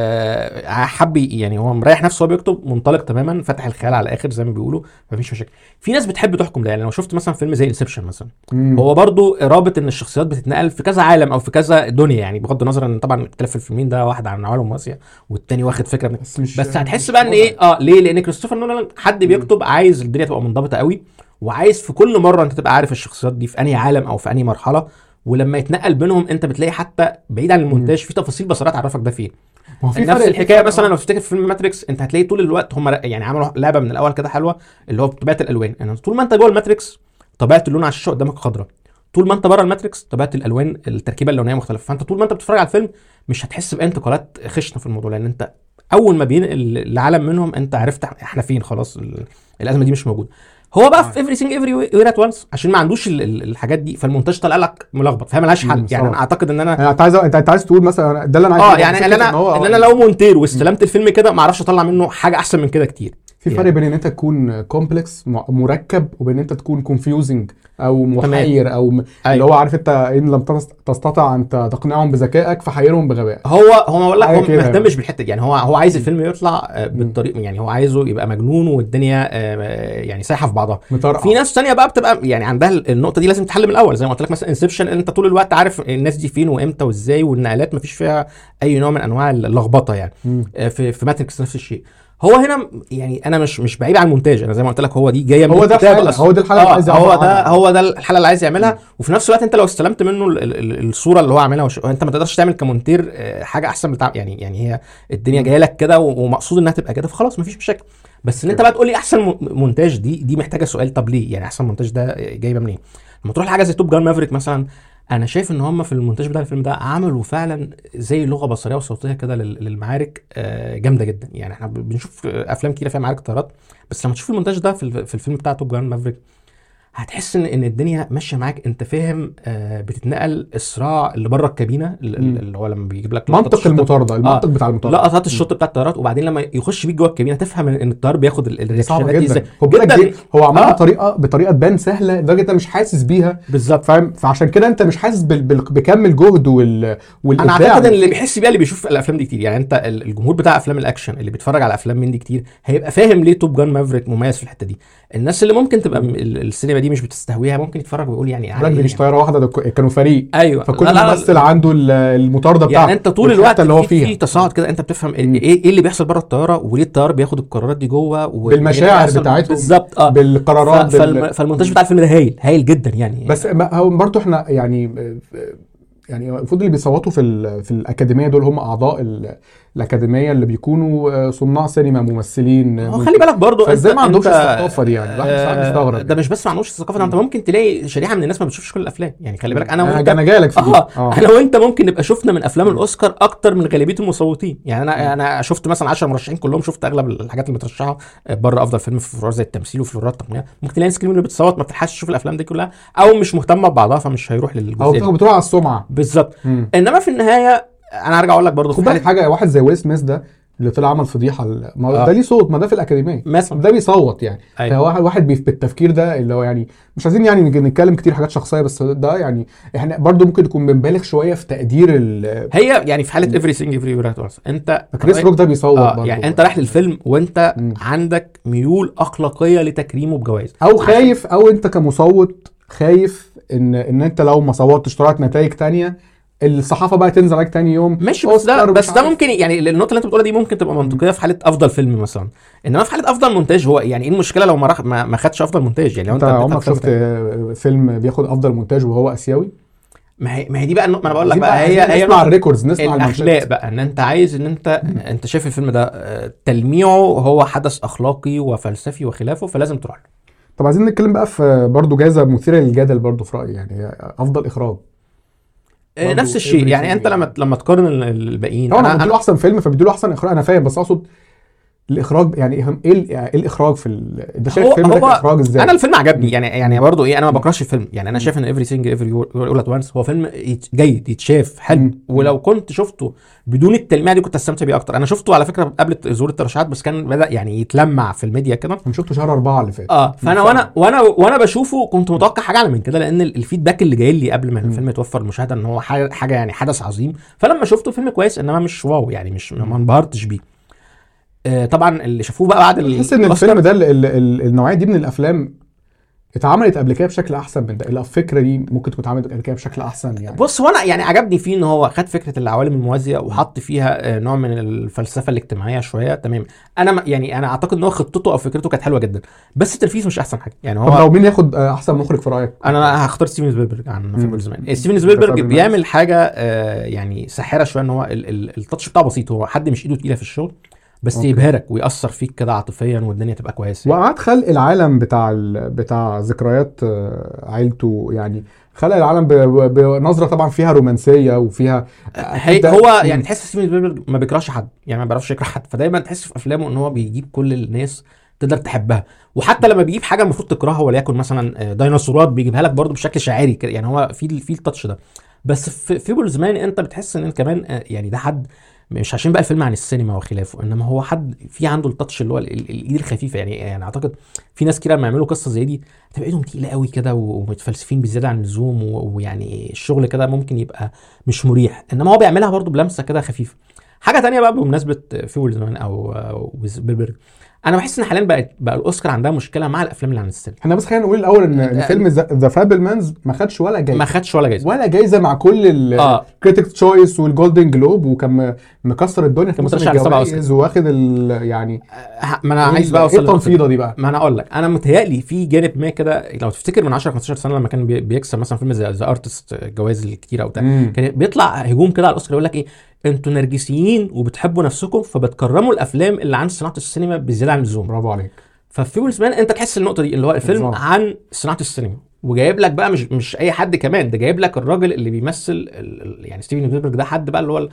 حب يعني هو مريح نفسه وهو بيكتب، منطلق تماما، فتح الخيال على الاخر زي ما بيقولوا، مفيش مشاكل. في ناس بتحب تحكم ده يعني. لو شفت مثلا فيلم زي انسبشن مثلا، هو برضو رابط ان الشخصيات بتتنقل في كذا عالم او في كذا دنيا يعني، بغض النظر ان طبعا اختلاف الفيلمين، ده واحد عن عوالم واسعه والتاني واخد فكره بس هتحس بقى ان ايه ليه، لان كريستوفر نولان حد بيكتب عايز الدنيا تبقى منضبطه قوي، وعايز في كل مره انت تبقى عارف الشخصيات دي في انهي عالم او في انهي مرحله، ولما يتنقل بينهم انت بتلاقي حتى بعيد عن المونتاج في تفاصيل بصريه تعرفك ده فين. نفس الحكايه مثلا لو تفتكر في فيلم ماتريكس، انت هتلاقي طول الوقت هم يعني عملوا لعبه من الاول كده حلوه، اللي هو طبيعه الالوان. يعني طول ما انت جوه الماتريكس طبيعه اللون على الشاشه قدامك خضراء، طول ما انت بره الماتريكس طبيعه الالوان التركيبه اللونيه مختلفه. فانت طول ما انت بتتفرج على الفيلم مش هتحس بانتقالات خشنه في الموضوع، لان انت اول ما بينقل العالم منهم انت عرفت احنا فين، خلاص الازمه دي مش موجوده. هو بقى في everything everywhere at once عشان ما عندوش الحاجات دي، فالمونتاج طلع لك ملخبط، فهي ملهاش حل يعني. انا اعتقد ان انت عايز تقول مثلا ده اللي انا عايز يعني انا لو مونتير واستلمت الفيلم كده ما اعرفش اطلع منه حاجه احسن من كده كتير. في فرق بين ان انت تكون كومبلكس مركب وبين ان انت تكون كونفيوزنج او محير او اللي هو عارف انت ان لم تستطع ان تقنعهم بذكائك فحيرهم بغبائك. هو ما بقول لك هو ما اهتمش بالحته دي يعني. هو عايز الفيلم يطلع بالطريقه يعني، هو عايزه يبقى مجنون والدنيا يعني سايحه في بعضها. في ناس ثانيه بقى بتبقى يعني عندها النقطه دي لازم تتحل من الاول، زي ما قلت لك مثلا انسبشن، انت طول الوقت عارف الناس دي فين وامتى وازاي، والنقلات ما فيش فيها اي نوع من انواع اللخبطه يعني. في ماتريكس نفس الشيء. هو هنا يعني انا مش بعيد عن المونتاج، انا زي ما قلت لك هو دي جايه من الكتابه، هو ده الحاله اللي عايز يعملها، هو ده الحاله اللي عايز يعملها. وفي نفس الوقت انت لو استلمت منه الصوره اللي هو عاملها انت ما تقدرش تعمل كمونتير حاجه احسن بتاع يعني هي الدنيا جايه لك كده ومقصود انها تبقى كده، فخلاص مفيش مشاكل. بس ان انت بقى تقول لي احسن مونتاج دي محتاجه سؤال. طب ليه يعني احسن مونتاج ده جايبه منين؟ لما تروح لحاجه زي توب جان مافريك مثلا، انا شايف ان هم في المونتاج بتاع الفيلم ده عملوا فعلا زي لغه بصريه وصوتيه كده للمعارك جامده جدا. يعني احنا بنشوف افلام كتيره فيها معارك طيارات، بس لما تشوف المونتاج ده في الفيلم بتاع توب جان مافريك هتحس ان الدنيا ماشيه معاك، انت فاهم بتتنقل الصراع اللي بره الكابينه اللي هو لما بيجيب لك منطق المطارده، المنطق بتاع المطارده، لقطات الشوط بتاع الطيارات، وبعدين لما يخش بيك جوه الكابينه تفهم ان الطيار بياخد الرياكشنات دي ازاي. خد بالك دي هو عملها بطريقه تبان سهله لدرجه انت مش حاسس بيها بالظبط، فاهم؟ فعشان كده انت مش حاسس بكم الجهد والابداع. انا اعتقد ان اللي بيحس بيها اللي بيشوف الافلام دي كتير. يعني انت الجمهور بتاع افلام الاكشن اللي بيتفرج على افلام من دي كتير هيبقى فاهم ليه توب جان مافريك مميز في الحته دي. الناس اللي ممكن تبقى السينما دي مش بتستهويها ممكن يتفرج ويقول يعني دي مش طياره واحده، كانوا فريق. ايوه، فكل ممثل عنده المطارده بتاعته. يعني انت طول الوقت اللي هو في تصاعد كده، انت بتفهم ايه اللي بيحصل بره الطياره، وليه الطيار بياخد القرارات دي جوه، بالمشاعر بتاعتهم بالظبط، بالقرارات فالمونتاج بتاع الفيلم ده هايل جدا يعني. بس هو برضه احنا يعني المفروض اللي بيصوتوا في الأكاديمية دول هم أعضاء الأكاديمية اللي بيكونوا صناع سينما ممثلين. خلي بالك برضو ازاي ما عندهمش الثقافة دي؟ يعني الواحد ساعات بيستغرب. ده مش بس ما عندهمش الثقافة، انت ممكن تلاقي شريحة من الناس ما بتشوفش كل الأفلام. يعني خلي بالك أنا جايلك في أنا وأنت ممكن نبقى شفنا من أفلام الأوسكار أكتر من غالبية المصوتين. يعني أنا شفت مثلا 10 مرشحين كلهم، شفت أغلب الحاجات اللي مترشحة بره أفضل فيلم في فروع زي التمثيل وفي فروع التقنية. ممكن تلاقي ناس كتير اللي بتصوت ما بتلحقش تشوف الأفلام دي كلها، أو مش مهتمة ببعضها فمش هيروح للجزء أو بتروح على السمعة بالظبط. إنما في النهاية انا هرجع اقول لك برضه خد بالك حاجه، واحد زي ويل سميث ده اللي طلع عمل فضيحه ده ليه صوت، ما ده في الاكاديميه مثلا ده بيصوت يعني. واحد بالتفكير ده اللي هو يعني مش عايزين يعني نتكلم كتير حاجات شخصيه، بس ده يعني احنا برضو ممكن يكون بنبالغ شويه في تقدير هي يعني في حاله everything everywhere انت كريس روك ده بيصوت برضو. يعني انت رايح للفيلم وانت عندك ميول اخلاقيه لتكريمه بجوائز، او خايف، او انت كمصوت خايف ان انت لو ما صوتتش طلعت نتائج تانية الصحافه بقى تنزل عليك تاني يوم. ماشي، بس ده ممكن يعني النقطه اللي انت بتقولها دي ممكن تبقى منطقيه في حاله افضل فيلم مثلا، انما في حاله افضل مونتاج هو يعني ايه المشكله لو ما خدش افضل مونتاج؟ يعني لو انت عمرك شفت فيلم بياخد افضل مونتاج وهو اسيوي؟ ما هي دي بقى النقطه، ما انا بقول لك بقى هي نسمع الريكوردز، نسمع الاخلاق بقى، ان انت عايز ان انت شايف الفيلم ده تلميعه هو حدث اخلاقي وفلسفي وخلافه، فلازم تروح له. طب عايزين نتكلم بقى في برضو جائزه مثيره للجدل برضو في رايي، يعني افضل اخراج. نفس الشيء يعني انت لما تقارن الباقيين، انا بيديله احسن فيلم فبيديله احسن اخراج، انا فاهم، بس اقصد الاخراج يعني ايه الاخراج في انت شايف الفيلم ده اخراج ازاي؟ انا الفيلم عجبني يعني برضو انا ما بكرهش الفيلم. يعني انا شايف ان everything everywhere all at once هو فيلم جيد يتشاف حلو، ولو كنت شفته بدون التلميع دي كنت استمتع بيه اكتر. انا شفته على فكره قبل ظهور الترشيحات، بس كان بدا يعني يتلمع في الميديا كده. انا شفته شهر 4 اللي فات. فانا وانا بشوفه كنت متوقع حاجه اعلى من كده، لان الفيدباك اللي جاي لي قبل ما الفيلم يتوفر المشاهده ان هو حاجه يعني حدث عظيم. فلما شفته فيلم كويس، انما مش واو يعني، مش ما انبهرتش بيه. طبعا اللي شافوه بقى بعد تحس ان الفيلم ده النوعيه دي من الافلام اتعملت قبل كده بشكل احسن من ده. الفكره دي ممكن تكون اتعملت قبل كده بشكل احسن يعني. بص، هو انا يعني عجبني فيه ان هو خد فكره العوالم الموازيه وحط فيها نوع من الفلسفه الاجتماعيه شويه. تمام، انا اعتقد ان هو خطته او فكرته كانت حلوه جدا، بس التنفيذ مش احسن حاجه يعني. هو طب لو مين ياخد احسن مخرج في رايك؟ انا هختار ستيفن سبيلبرج عن فيلم ستيفن سبيلبرج بيعمل حاجه يعني ساحره شويه، ان هو التاتش بتاعه بسيط، هو حد مش ايده تقيله في الشغل بس يبهرك ويأثر فيك كده عاطفيا والدنيا تبقى كويسه. وقعد خلق العالم بتاع ذكريات عيلته، يعني خلق العالم بنظره طبعا فيها رومانسيه وفيها هو يعني تحس ستيفن سبيلبرج ما بيكرهش حد، يعني ما بيعرفش يكره حد، فدايما تحس في افلامه ان هو بيجيب كل الناس تقدر تحبها. وحتى لما بيجيب حاجه المفروض تكرهها وليكن مثلا ديناصورات بيجيبها لك برضو بشكل شاعري كده، يعني هو في التاتش ده. بس في بولزمان انت بتحس ان انت كمان يعني ده حد مش عشان بقى الفيلم عن السينما وخلافه، انما هو حد في عنده التاتش اللي هو الايد الخفيفه. يعني اعتقد في ناس كده لما يعملوا قصه زي دي تبقى ايدهم تقيله قوي كده ومتفلسفين بزياده عن اللزوم، ويعني الشغل كده ممكن يبقى مش مريح، انما هو بيعملها برضو بلمسه كده خفيفه. حاجه تانية بقى بمناسبه فيولزمان او سبيلبرج، انا بحس ان حاليا بقى الاوسكار عندها مشكله مع الافلام اللي عن السينما. احنا بس خلينا نقول الاول ان فيلم ذا فابلمانز ما خدش ولا جايزه مع كل الكريتيك تشويس والجولدن جلوب، وكان مكسر الدنيا في مترشح على 7 اوسكار واخد يعني ما انا عايز بقى اوصل للتنفيضه دي بقى. ما انا اقول لك، انا متهيألي في جانب ما كده لو تفتكر من 10 15 سنه لما كان بيكسب مثلا فيلم زي ذا ارتست الجوائز الكتيره او كان بيطلع هجوم كده على الاوسكار يقول لك ايه، انتوا نرجسيين وبتحبوا نفسكم فبتكرموا الافلام اللي عن صناعه السينما بزياده عن اللزوم. برافو عليك. ففيولزمان انت تحس النقطه دي اللي هو الفيلم عن صناعه السينما وجايب لك بقى مش اي حد كمان، ده جايب لك الراجل اللي بيمثل يعني ستيفن سبيلبرج ده حد بقى اللي هو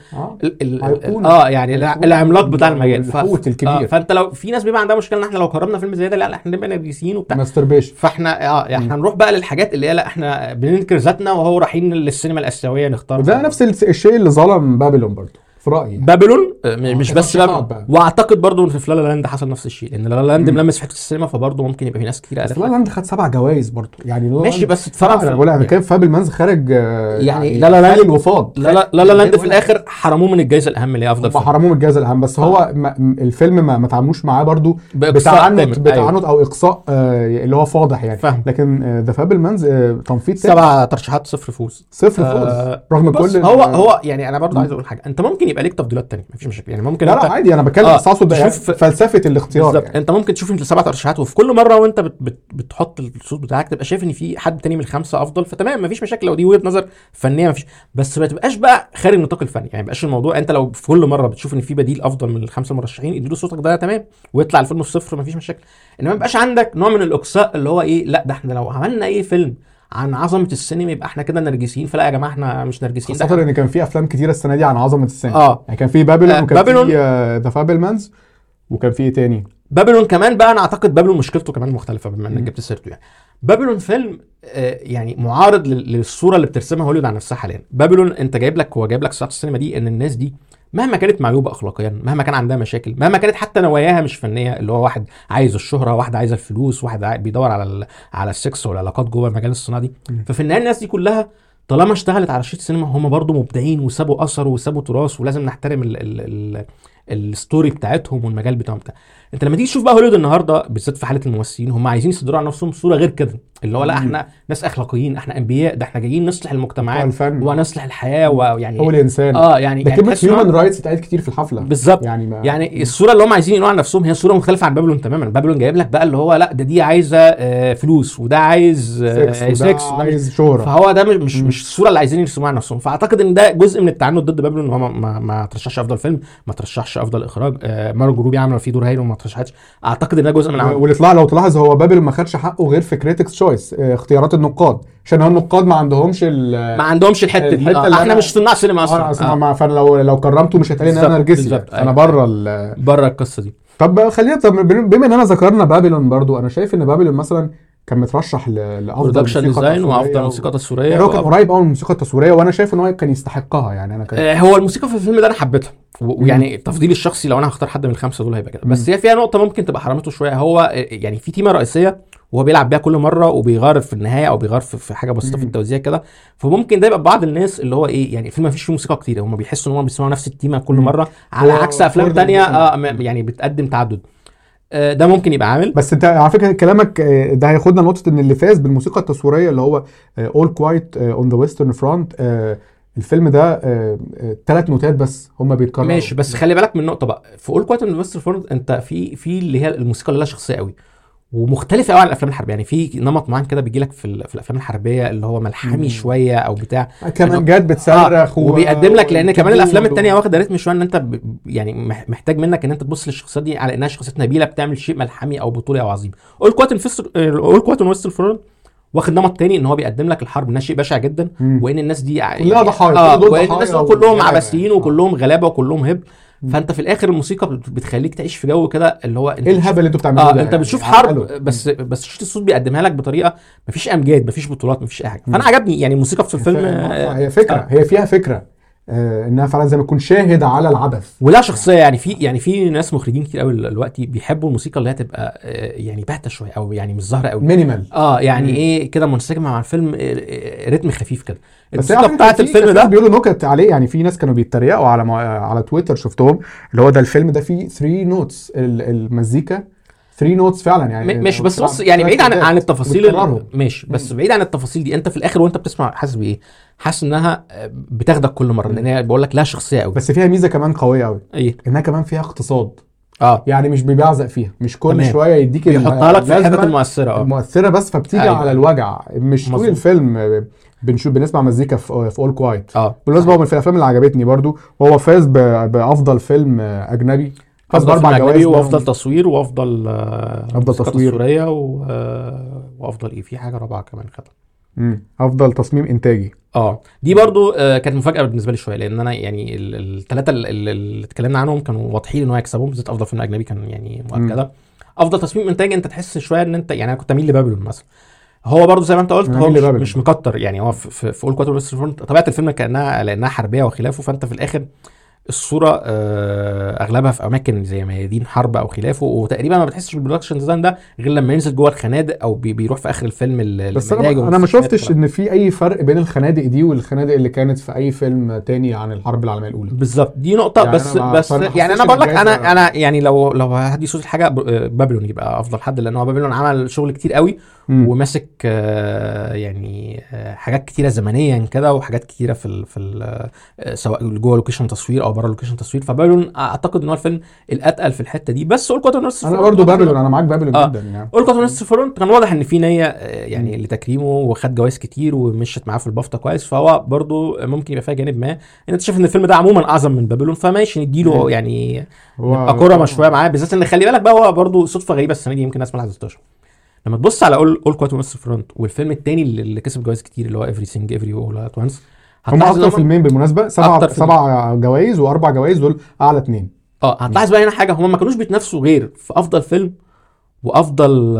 يعني العملاق بتاع المجال الحوت الكبير. فانت لو في ناس بيبقى عندها مشكله ان احنا لو قربنا فيلم زي ده لا احنا نبقى نرجسيين وبتاع ماستربيشن، فاحنا يعني احنا نروح بقى للحاجات اللي هي لا احنا بننكر ذاتنا وهو رايحين للسينما الاسيويه نختار. وده نفس الشيء اللي ظلم بابلون برضه في رايي. بابلون مش بس بابلون، واعتقد برضه ان في لا لا لاند حصل نفس الشيء، لان لا لا لاند ملمس في حته السينما، فبرضه ممكن يبقى في ناس كتير قالت لا لاند خد 7 جوائز برضه يعني ماشي، بس اتفرج انا بقول انا كان فابلمانز خارج يعني لا لا لاند الوفاض. لا لا لاند في الاخر حرموه من الجائزه الاهم اللي هي افضل فيلم، حرموه من الجائزه الاهم، بس هو الفيلم ما تعاملوش معاه برضه بتعنت او اقصاء اللي هو فاضح يعني فهم. لكن ذا فابلمانز تنفيذ 7 ترشيحات 0 فوز رغم كل هو يعني انا برضه عايز اقول حاجه، انت ممكن يبقى ليك تفضيلات تانية مفيش مشاكل يعني، ممكن لا عادي، انا بتكلم اقصد ده فلسفه الاختيار يعني. انت ممكن تشوف انت 7 ترشيحات وفي كل مره وانت بتحط الصوت بتاعك تبقى شايف ان في حد تاني من ال5 افضل، فتمام مفيش مشاكل لو دي وجهه نظر فنيه مفيش، بس ما تبقاش بقى خارج النطاق الفني يعني، ما يبقاش الموضوع انت لو في كل مره بتشوف ان في بديل افضل من ال5 مرشحين اديله صوتك ده تمام ويطلع الفيلم في 0 مفيش مشاكل، انما ما يبقاش عندك نوع من الاقصاء اللي هو ايه لا ده احنا لو عملنا اي فيلم عن عظمه السينما يبقى احنا كده نرجسيين، فلا يا جماعه احنا مش نرجسيين، خاصه ان كان في افلام كتيره السنه دي عن عظمه السينما يعني كان في بابلون وكان في ذا فابلمانز وكان في ايه تاني بابلون كمان بقى. انا اعتقد بابلون مشكلته كمان مختلفه بما انك جبت سيرته يعني. بابلون فيلم يعني معارض للصوره اللي بترسمها هوليوود عن نفسها حاليا. بابلون انت جايب لك صناعه السينما دي ان الناس دي مهما كانت معيوبه اخلاقيا، مهما كان عندها مشاكل، مهما كانت حتى نواياها مش فنيه، اللي هو واحد عايز الشهره، واحد عايز الفلوس، واحد بيدور على السكس والعلاقات جوه المجال الصناعي دي، ففي النهايه الناس دي كلها طالما اشتغلت على شيء السينما هم برضو مبدعين وسابوا اثر وسابوا تراث، ولازم نحترم الستوري بتاعتهم والمجال بتاعهم انت لما تيجي تشوف بقى هوليوود النهارده بالذات في حاله الممثلين هم عايزين يصدروا عن نفسهم صوره غير كده، اللي هو لا احنا ناس اخلاقيين، احنا انبياء، ده احنا جايين نصلح المجتمعات ونصلح الحياه ويعني هو الانسان يعني ده كلمه هيومن رايتس اتقالت كتير في الحفله بالظبط يعني الصوره اللي هم عايزين يقولوا عن نفسهم هي صوره مختلفه عن بابلون تماما. بابلون جايب لك بقى اللي هو لا ده دي عايزه فلوس وده عايز سكس عايز شهره، فهو ده مش الصوره اللي عايزين يرسموها عن نفسهم. فاعتقد ان ده جزء من التعنت ضد بابلون، ان هو ما ترشحش افضل فيلم، ما ترشحش افضل اخراج، مارجو روبي عامله فيه دور هايل وما ترشحتش. اعتقد ان ده جزء من واللي لو تلاحظ هو بابلون ما خدش حقه غير في كريتكس تشويس اختيارات النقاد، عشان هو النقاد ما عندهمش الحته دي احنا مش صناع سينما اصلا فانا لو كرمته مش هتلاقي ان انا نرجسي، انا بره القصه دي. طب بما اننا ذكرنا بابلون برضو، انا شايف ان بابلون مثلا كان مترشح لافضل موسيقى ديزاين وافضل موسيقى تصويريه يعني هو كان قريب قوي من الموسيقى التصويريه، وانا شايف ان هو كان يستحقها يعني. انا هو الموسيقى في الفيلم ده انا حبيتها ويعني تفضيلي الشخصي لو انا هختار حد من ال5 دول هيبقى كده، بس هي فيها نقطه ممكن تبقى حرمته شويه. هو يعني في تيمه رئيسيه وهو بيلعب بيها كل مره وبيغير في النهايه او بيغير في حاجه بسيطه في التوزيع كده، فممكن ده يبقى بعض الناس اللي هو ايه يعني الفيلم ما فيش فيه موسيقى كتير، هم بيحسوا ان هم بيسمعوا نفس التيمه كل مره على عكس افلام تانية يعني بتقدم تعدد. ده ممكن يبقى عامل. بس انت على فكره كلامك ده هياخدنا نقطه ان اللي فاز بالموسيقى التصويريه اللي هو All Quiet on the Western Front، الفيلم ده 3 نوتات بس هم بيتكرروا. ماشي، بس خلي بالك من نقطه بقى في All Quiet on the Western Front انت في اللي هي الموسيقى اللي لها شخصيه قوي ومختلفه قوي عن الافلام الحربيه، يعني في نمط معين كده بيجي لك في الافلام الحربيه اللي هو ملحمي شويه او بتاع كمان جات بتصرخ وبيقدم لك، لان كمان الافلام التانية واخده رتم شويه ان انت يعني محتاج منك ان انت تبص للشخصيات دي على انها شخصيات نبيله بتعمل شيء ملحمي او بطولي او عظيم. All Quiet on Western Front واخد نمط تاني ان هو بيقدم لك الحرب انها شيء بشع جدا وان الناس دي كلها ضحايا وان الناس كلهم عباسيين وكلهم غلابه وكلهم هب، فانت في الاخر الموسيقى بتخليك تعيش في جو كده اللي هو ايه الهبل اللي انتوا بتعملوه ده انت بتشوف حرب بس شفت الصوت بيقدمها لك بطريقه مفيش امجاد مفيش بطولات مفيش اي حاجه. فانا عجبني يعني الموسيقى في الفيلم هي فكره هي فيها فكره انها فعلا زي ما تكون شاهد على العبث ولا شخصيه يعني في ناس مخرجين كتير قوي دلوقتي بيحبوا الموسيقى اللي هي تبقى يعني باهته شويه او يعني مش ظاهره قوي مينيمال يعني ايه كده منسجمه مع الفيلم رتم خفيف كده. الموسيقى بتاعت الفيلم ده بيقولوا نكت عليه يعني، في ناس كانوا بيتريقوا على تويتر شفتهم اللي هو ده الفيلم ده فيه 3 نوتس المزيكا 3 نوتس فعلا يعني ماشي. بص يعني بعيد عن التفاصيل ماشي، بس بعيد عن التفاصيل دي انت في الاخر وانت بتسمع حاسس بايه؟ حاسس انها بتاخدك كل مره لان هي بقول لك لها شخصيه قوي. بس فيها ميزه كمان قويه قوي ايه؟ انها كمان فيها اقتصاد يعني مش بيبعزق فيها، مش كل تمام. شويه يديك يحطها لك في الحاجات المؤثره بس فبتيجي على الوجع مش طول الفيلم بنسمع مزيكا في All Quiet. بالنسبه من الافلام اللي عجبتني برضو وهو فاز بافضل فيلم اجنبي، فاز ب4 جوائز وافضل تصوير وافضل تصوير تصويريه وافضل ايه في حاجه رابعه كمان خدها افضل تصميم انتاجي. دي برضو كانت مفاجاه بالنسبه لي شويه، لان انا يعني الثلاثه اللي اتكلمنا عنهم كانوا واضحين ان هو هيكسبهم، بالذات افضل فيلم اجنبي كان يعني مؤكده. افضل تصميم انتاجي انت تحس شويه ان انت يعني انا كنت اميل لبابلون مثلا. هو برضو زي ما انت قلت هو مش مكتر يعني. هو في اول كواتر طبيعه الفيلم لانها حربيه وخلافه، فانت في الاخر الصوره اغلبها في اماكن زي ميادين حرب او خلافه، وتقريبا ما بتحسش بالبرودكشن ديزاين ده غير لما ينزل جوه الخنادق او بيروح في اخر الفيلم. بس انا ما شفتش ان في اي فرق بين الخنادق دي والخنادق اللي كانت في اي فيلم تاني عن الحرب العالميه الاولى. بالظبط دي نقطه. يعني بس يعني انا بقول لك انا يعني لو هدي صوت الحاجه بابلون يبقى افضل حد، لان هو بابلون عمل شغل كتير قوي وماسك يعني حاجات كتيره زمنيا كده، وحاجات كتيره في سواء جوه لوكيشن تصوير او بره لوكيشن تصوير. فبابلون اعتقد ان هو الفيلم الاتقل في الحته دي. بس اول كواتر نص انا برضو بابلون، انا معاك بابلون جدا يعني. اول كواتر نص فرونت كان واضح ان في نيه يعني لتكريمه، وخد جوائز كتير ومشت معاه في البافتا كويس، فهو برضو ممكن يبقى فيها جانب ما ان انت شايف ان الفيلم ده عموما اعظم من بابلون، فماشي نديله يعني اكوره شويه معاه، بالذات ان خلي بالك بقى هو برضو صدفه غريبه السنه دي يمكن الناس ما لاحظتهاش. لما تبص على اول كواتر نص فرونت والفيلم الثاني اللي كسب جوائز كتير اللي هو everything everywhere all at once، هم اكتر فيلمين بالمناسبه، 7 جوائز و4 جوائز دول اعلى 2. هتلاحظ بقى هنا حاجه، هم ما كانوش بيتنافسوا غير في افضل فيلم وافضل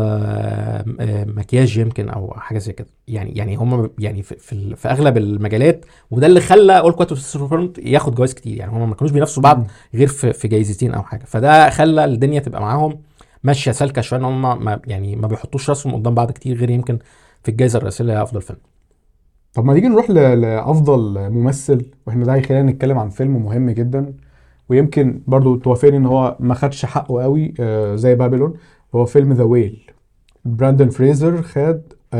مكياج يمكن او حاجه زي كده يعني هم يعني في اغلب المجالات، وده اللي خلى اول كواتر فرونت ياخد جوائز كتير. يعني هم ما كانوش بينافسوا بعض غير في جايزتين او حاجه، فده خلى الدنيا تبقى معاهم ماشيه سالكه شويه، ان هم ما بيحطوش راسهم قدام بعض كتير غير يمكن في الجائزه الرئيسيه اللي هي افضل فيلم. طب ما نيجي نروح لافضل ممثل، واحنا ده هيخلينا نتكلم عن فيلم مهم جدا، ويمكن برضو توافقني ان هو ما خدش حقه قوي زي بابلون. هو فيلم ذا ويل. براندون فريزر خد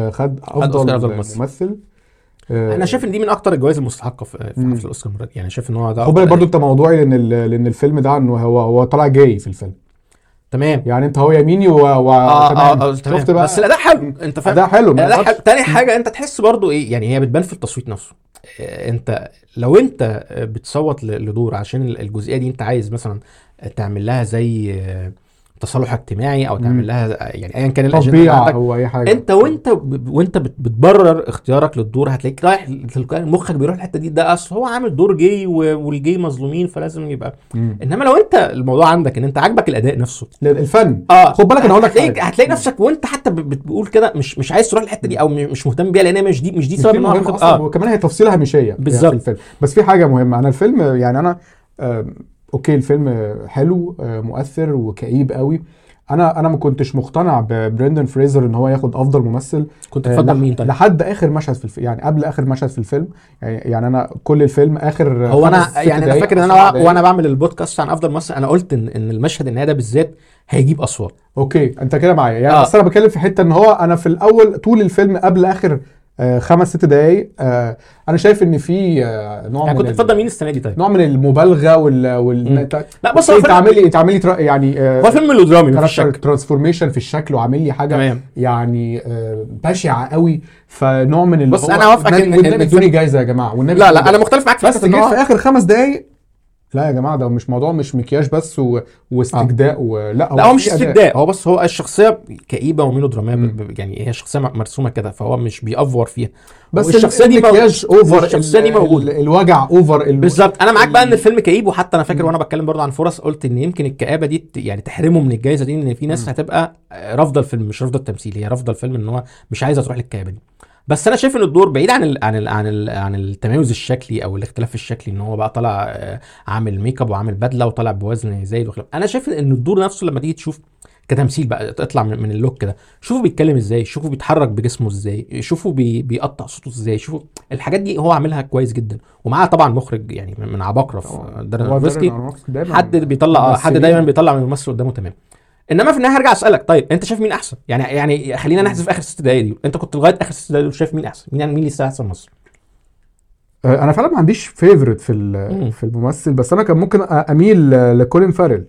افضل ممثل. انا شايف ان دي من اكتر الجوائز المستحقه في حفل الاوسكار المره دي. يعني شايف ان هو ده خد بالك برضو انت موضوعي، لان الفيلم ده انه هو طلع جاي في الفيلم. تمام يعني انت هو يميني تمام. شفت بقى بس الاداء حلو، انت فاهم ده حلو. تاني حاجه انت تحس برضو ايه يعني، هي بتبان في التصويت نفسه. انت لو انت بتصوت لدور عشان الجزئيه دي انت عايز مثلا تعمل لها زي تصالح اجتماعي او تعمل لها يعني ايا كان الاجنده عندك او اي حاجه، انت وانت بتبرر اختيارك للدور هتلاقيك رايح مخك بيروح الحته دي، ده اصل هو عامل دور جاي والجاي مظلومين فلازم يبقى. انما لو انت الموضوع عندك ان انت عاجبك الاداء نفسه الفن، خد بالك انا هقول لك هتلاقي نفسك وانت حتى بتقول كده مش عايز تروح الحته دي او مش مهتم بيها، لان مش دي سبب ان هو وكمان هي تفصيله هامشيه في الفيلم. بس في حاجه مهمه، انا الفيلم يعني انا اوكي الفيلم حلو مؤثر وكئيب قوي. انا ما كنتش مقتنع ببرندن فريزر ان هو ياخد افضل ممثل. كنت تفضل مين طيب؟ لحد اخر مشهد في يعني قبل اخر مشهد في الفيلم، يعني انا كل الفيلم اخر هو انا يعني انا فاكر ان انا وانا بعمل البودكاست عن افضل ممثل انا قلت ان المشهد النهائي ده بالذات هيجيب اصوات. اوكي انت كده معايا يعني. بس انا بتكلم في حته ان هو انا في الاول طول الفيلم قبل اخر 5-6 دقايق انا شايف ان في نوع يعني كنت تفضل مين السنه دي طيب؟ نوع من المبالغه لا بص هو تعملي يعني هو فيلم ميلودرامي مفيش شك، ترانسفورميشن في الشكل وعامل لي حاجه تمام. يعني بشعه قوي. فنوع من بص انا اوافقك ان ادوني جايزه يا جماعه والنبي. لا انا مختلف معاك في بس جيت في اخر 5 دقايق لا يا جماعه ده مش موضوع مش مكياج بس واستجداء لا هو مش استجداء، هو بس هو الشخصيه كئيبه وميلودراميه يعني هي شخصيه مرسومه كده فهو مش بيأفور فيها، بس الشخصيه دي مكياج اوفر، الشخصيه دي موجوده، الوجع اوفر بالظبط. انا معاك بقى ان الفيلم كئيب، وحتى انا فاكر وانا بتكلم برضه عن فرص قلت ان يمكن الكآبه دي يعني تحرمه من الجائزه دي، ان في ناس هتبقى رافضه الفيلم مش رافضه التمثيل، هي رافضه الفيلم ان هو مش عايزه تروح للكآبه دي. بس انا شايف ان الدور بعيد عن التميز الشكلي او الاختلاف الشكلي، ان هو بقى طالع عامل ميك اب وعامل بدله وطالع بوزن زايد وخلاف. انا شايف ان الدور نفسه لما تيجي تشوف كتمثيل بقى تطلع من اللوك كده، شوفوا بيتكلم ازاي، شوفوا بيتحرك بجسمه ازاي، شوفوا بيقطع صوته ازاي، شوفوا الحاجات دي هو عاملها كويس جدا. ومعاه طبعا مخرج يعني من عباقرة في دارين أرونوفسكي، حد بيطلع حد دايما بيطلع من الممثل قدامه تمام. انما في النهايه هرجع اسالك طيب انت شايف مين احسن؟ يعني خلينا نحذف اخر 6 دقايق دي، انت كنت لغايه اخر 6 دقايق شايف مين احسن؟ مين اللي يستاهل احسن مصر؟ انا فعلا ما عنديش فيفورت في الممثل، بس انا كان ممكن اميل لكولين فارل.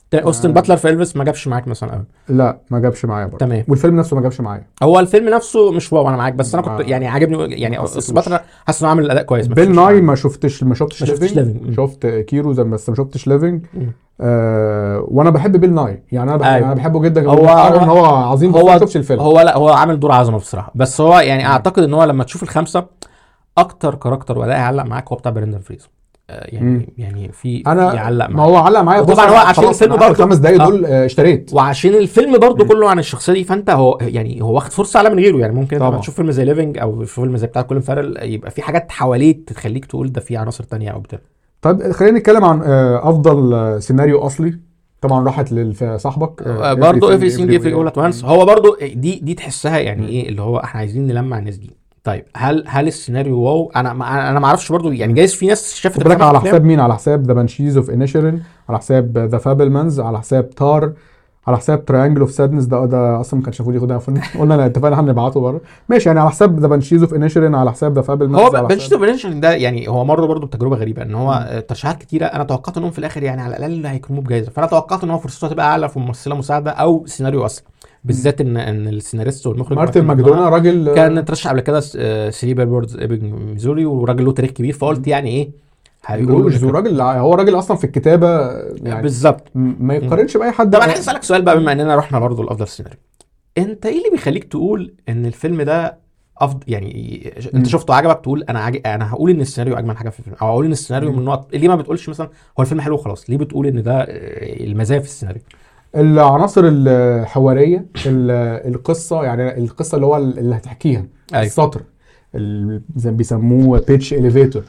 اوستن باتلر في إلفيس ما جابش معاك مثلا قوي؟ لا ما جابش معايا برضه. تمام. والفيلم نفسه ما جابش معايا. هو الفيلم نفسه مش واو، انا معاك، بس انا كنت يعني عاجبني يعني اوستن باتلر، حاسس انه عامل الاداء كويس. بيل ناي ما شفتش ليفينج. شفت كيرو بس ما شفتش ليفينج. وانا بحب بيل ناي يعني، انا بحبه جدا. هو عظيم، بس ما شفتش الفيلم. لا هو عامل دور عظمه بصراحه، بس هو يعني اعتقد ان هو لما تشوف الخمسه اكتر كاركتر ولا يعلق معاك هو بتاع بريندن فريز. يعني في يعلق معاك. ما هو علق معايا طبعا. هو عشان الفيلم برضه 5 دقايق دول اشتريت، وعشان الفيلم برضه كله عن الشخصيه دي، فانت هو يعني هو واخد فرصه اعلى من غيره. يعني ممكن لما تشوف فيلم زي ليفينج او فيلم زي بتاع كولين فارل يبقى في حاجات حواليك تخليك تقول ده في عناصر تانية او بتاع. طيب خلينا نتكلم عن افضل سيناريو اصلي. طبعا راحت لصاحبك برضه Everything Everywhere All at Once. هو برضه دي تحسها يعني ايه اللي هو احنا عايزين نلمع الناس دي. طيب هل السيناريو واو؟ انا ما اعرفش برضو يعني، جايز في ناس شافت بالك على حساب مين؟ على حساب ذا بانشيز اوف انيشرين، على حساب ذا فابلمانز، على حساب تار، على حساب تراينجل اوف سادنس. ده اصلا ما كانش المفروض ياخدها فن. قلنا انا اتفقنا هنبعته بره ماشي يعني، على حساب ذا بانشيز اوف انيشرين، على حساب ذا فابلمانز. هو بانشيز اوف انيشرين ده يعني هو مره برضو بتجربه غريبه، ان هو ترشيحات كتيره. انا توقعت انهم في الاخر يعني على الاقل هيكرموه بجائزه، فانا توقعت ان هو فرصته هتبقى اعلى في ممثله مساعده او سيناريو اصلا، بالذات ان السيناريست والمخرج مارتن ماكدونا راجل كان اترشح قبل كده 3 بيلبوردز ايبنج ميزوري، وراجل له تاريخ كبير. فقلت يعني ايه هيقولوا راجل، هو راجل اصلا في الكتابه يعني بالظبط ما يقارنش باي حد. طب انا عايز اسالك سؤال بقى، بما اننا رحنا برضه لافضل سيناريو، انت ايه اللي بيخليك تقول ان الفيلم ده افضل؟ يعني انت شفته عجبك تقول انا هقول ان السيناريو اجمل حاجه في الفيلم، او اقول ان السيناريو من النقط. ليه ما بتقولش مثلا هو الفيلم حلو خلاص؟ ليه بتقول ان ده المزايا في السيناريو؟ العناصر الحواريه، القصه، يعني القصه اللي هو اللي هتحكيها. أيوة. السطر زي بيسموه بيتش اليفيتور.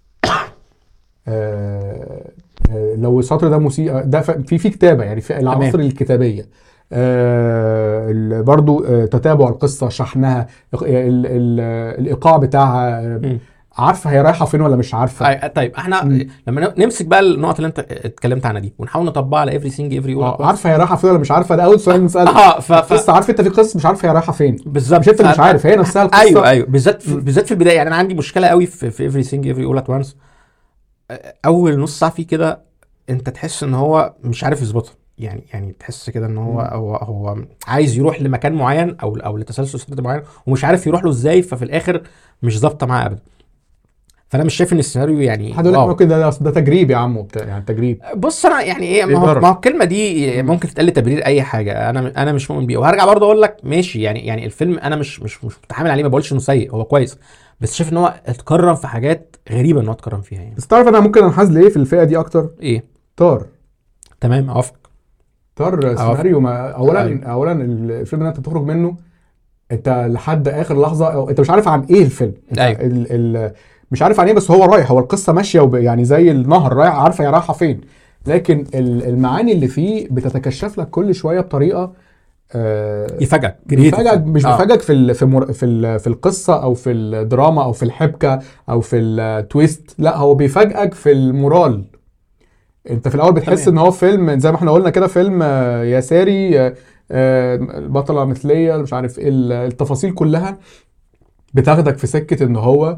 لو السطر ده موسيقى، ده في كتابه يعني، في العناصر الكتابيه. برضو تتابع القصه، شحنها، الايقاع بتاعها، عارفه هي رايحه فين ولا مش عارفه. طيب احنا لما نمسك بقى النقط اللي انت اتكلمت عنها دي ونحاول نطبقها على Everything Everywhere. عارفه هي رايحه فين ولا مش عارفه، ده اول سؤال نسال. قصه عارف انت في قصه مش عارف هي رايحه فين بالظبط، مش انت مش عارف، هي نفسها القصه. ايوه بالذات في البدايه. يعني انا عندي مشكله قوي في Everything Everywhere All at Once. اول نص ساعه فيه كده انت تحس ان هو مش عارف يظبطها، يعني تحس كده ان هو عايز يروح لمكان معين او لتسلسل سرد معين ومش عارف يروح له ازاي، ففي الاخر مش ظابطه معاه ابدا. فانا مش شايف ان السيناريو يعني حد يقول لك ممكن ده تجريب يا عم وبتاع، يعني تجريب. بص انا يعني ايه، ما هو الكلمه دي ممكن تتقال تبرير اي حاجه، انا مش مؤمن بيه. وهرجع برضه اقول لك ماشي يعني الفيلم انا مش متحامل عليه، ما بقولش انه سيء، هو كويس، بس شايف ان هو اتكرم في حاجات غريبه ان هو اتكرم فيها يعني. بس تعرف انا ممكن انحاز لايه في الفئه دي اكتر؟ ايه؟ تار. تمام، اوافق. تار سيناريو اولا الفيلم ده انت بتخرج منه انت لحد اخر لحظه انت مش عارف عن ايه الفيلم. انت مش عارف عن ايه، بس هو رايح، هو القصه ماشيه يعني زي النهر رايح، عارفه هي رايحه فين، لكن المعاني اللي فيه بتتكشف لك كل شويه بطريقه يفاجئك. مش بيفاجئك في القصه او في الدراما او في الحبكه او في التويست، لا هو بيفاجئك في المورال. انت في الاول بتحس ان هو فيلم زي ما احنا قلنا كده، فيلم يساري، البطله مثليه مش عارف ايه، التفاصيل كلها بتاخدك في سكه ان هو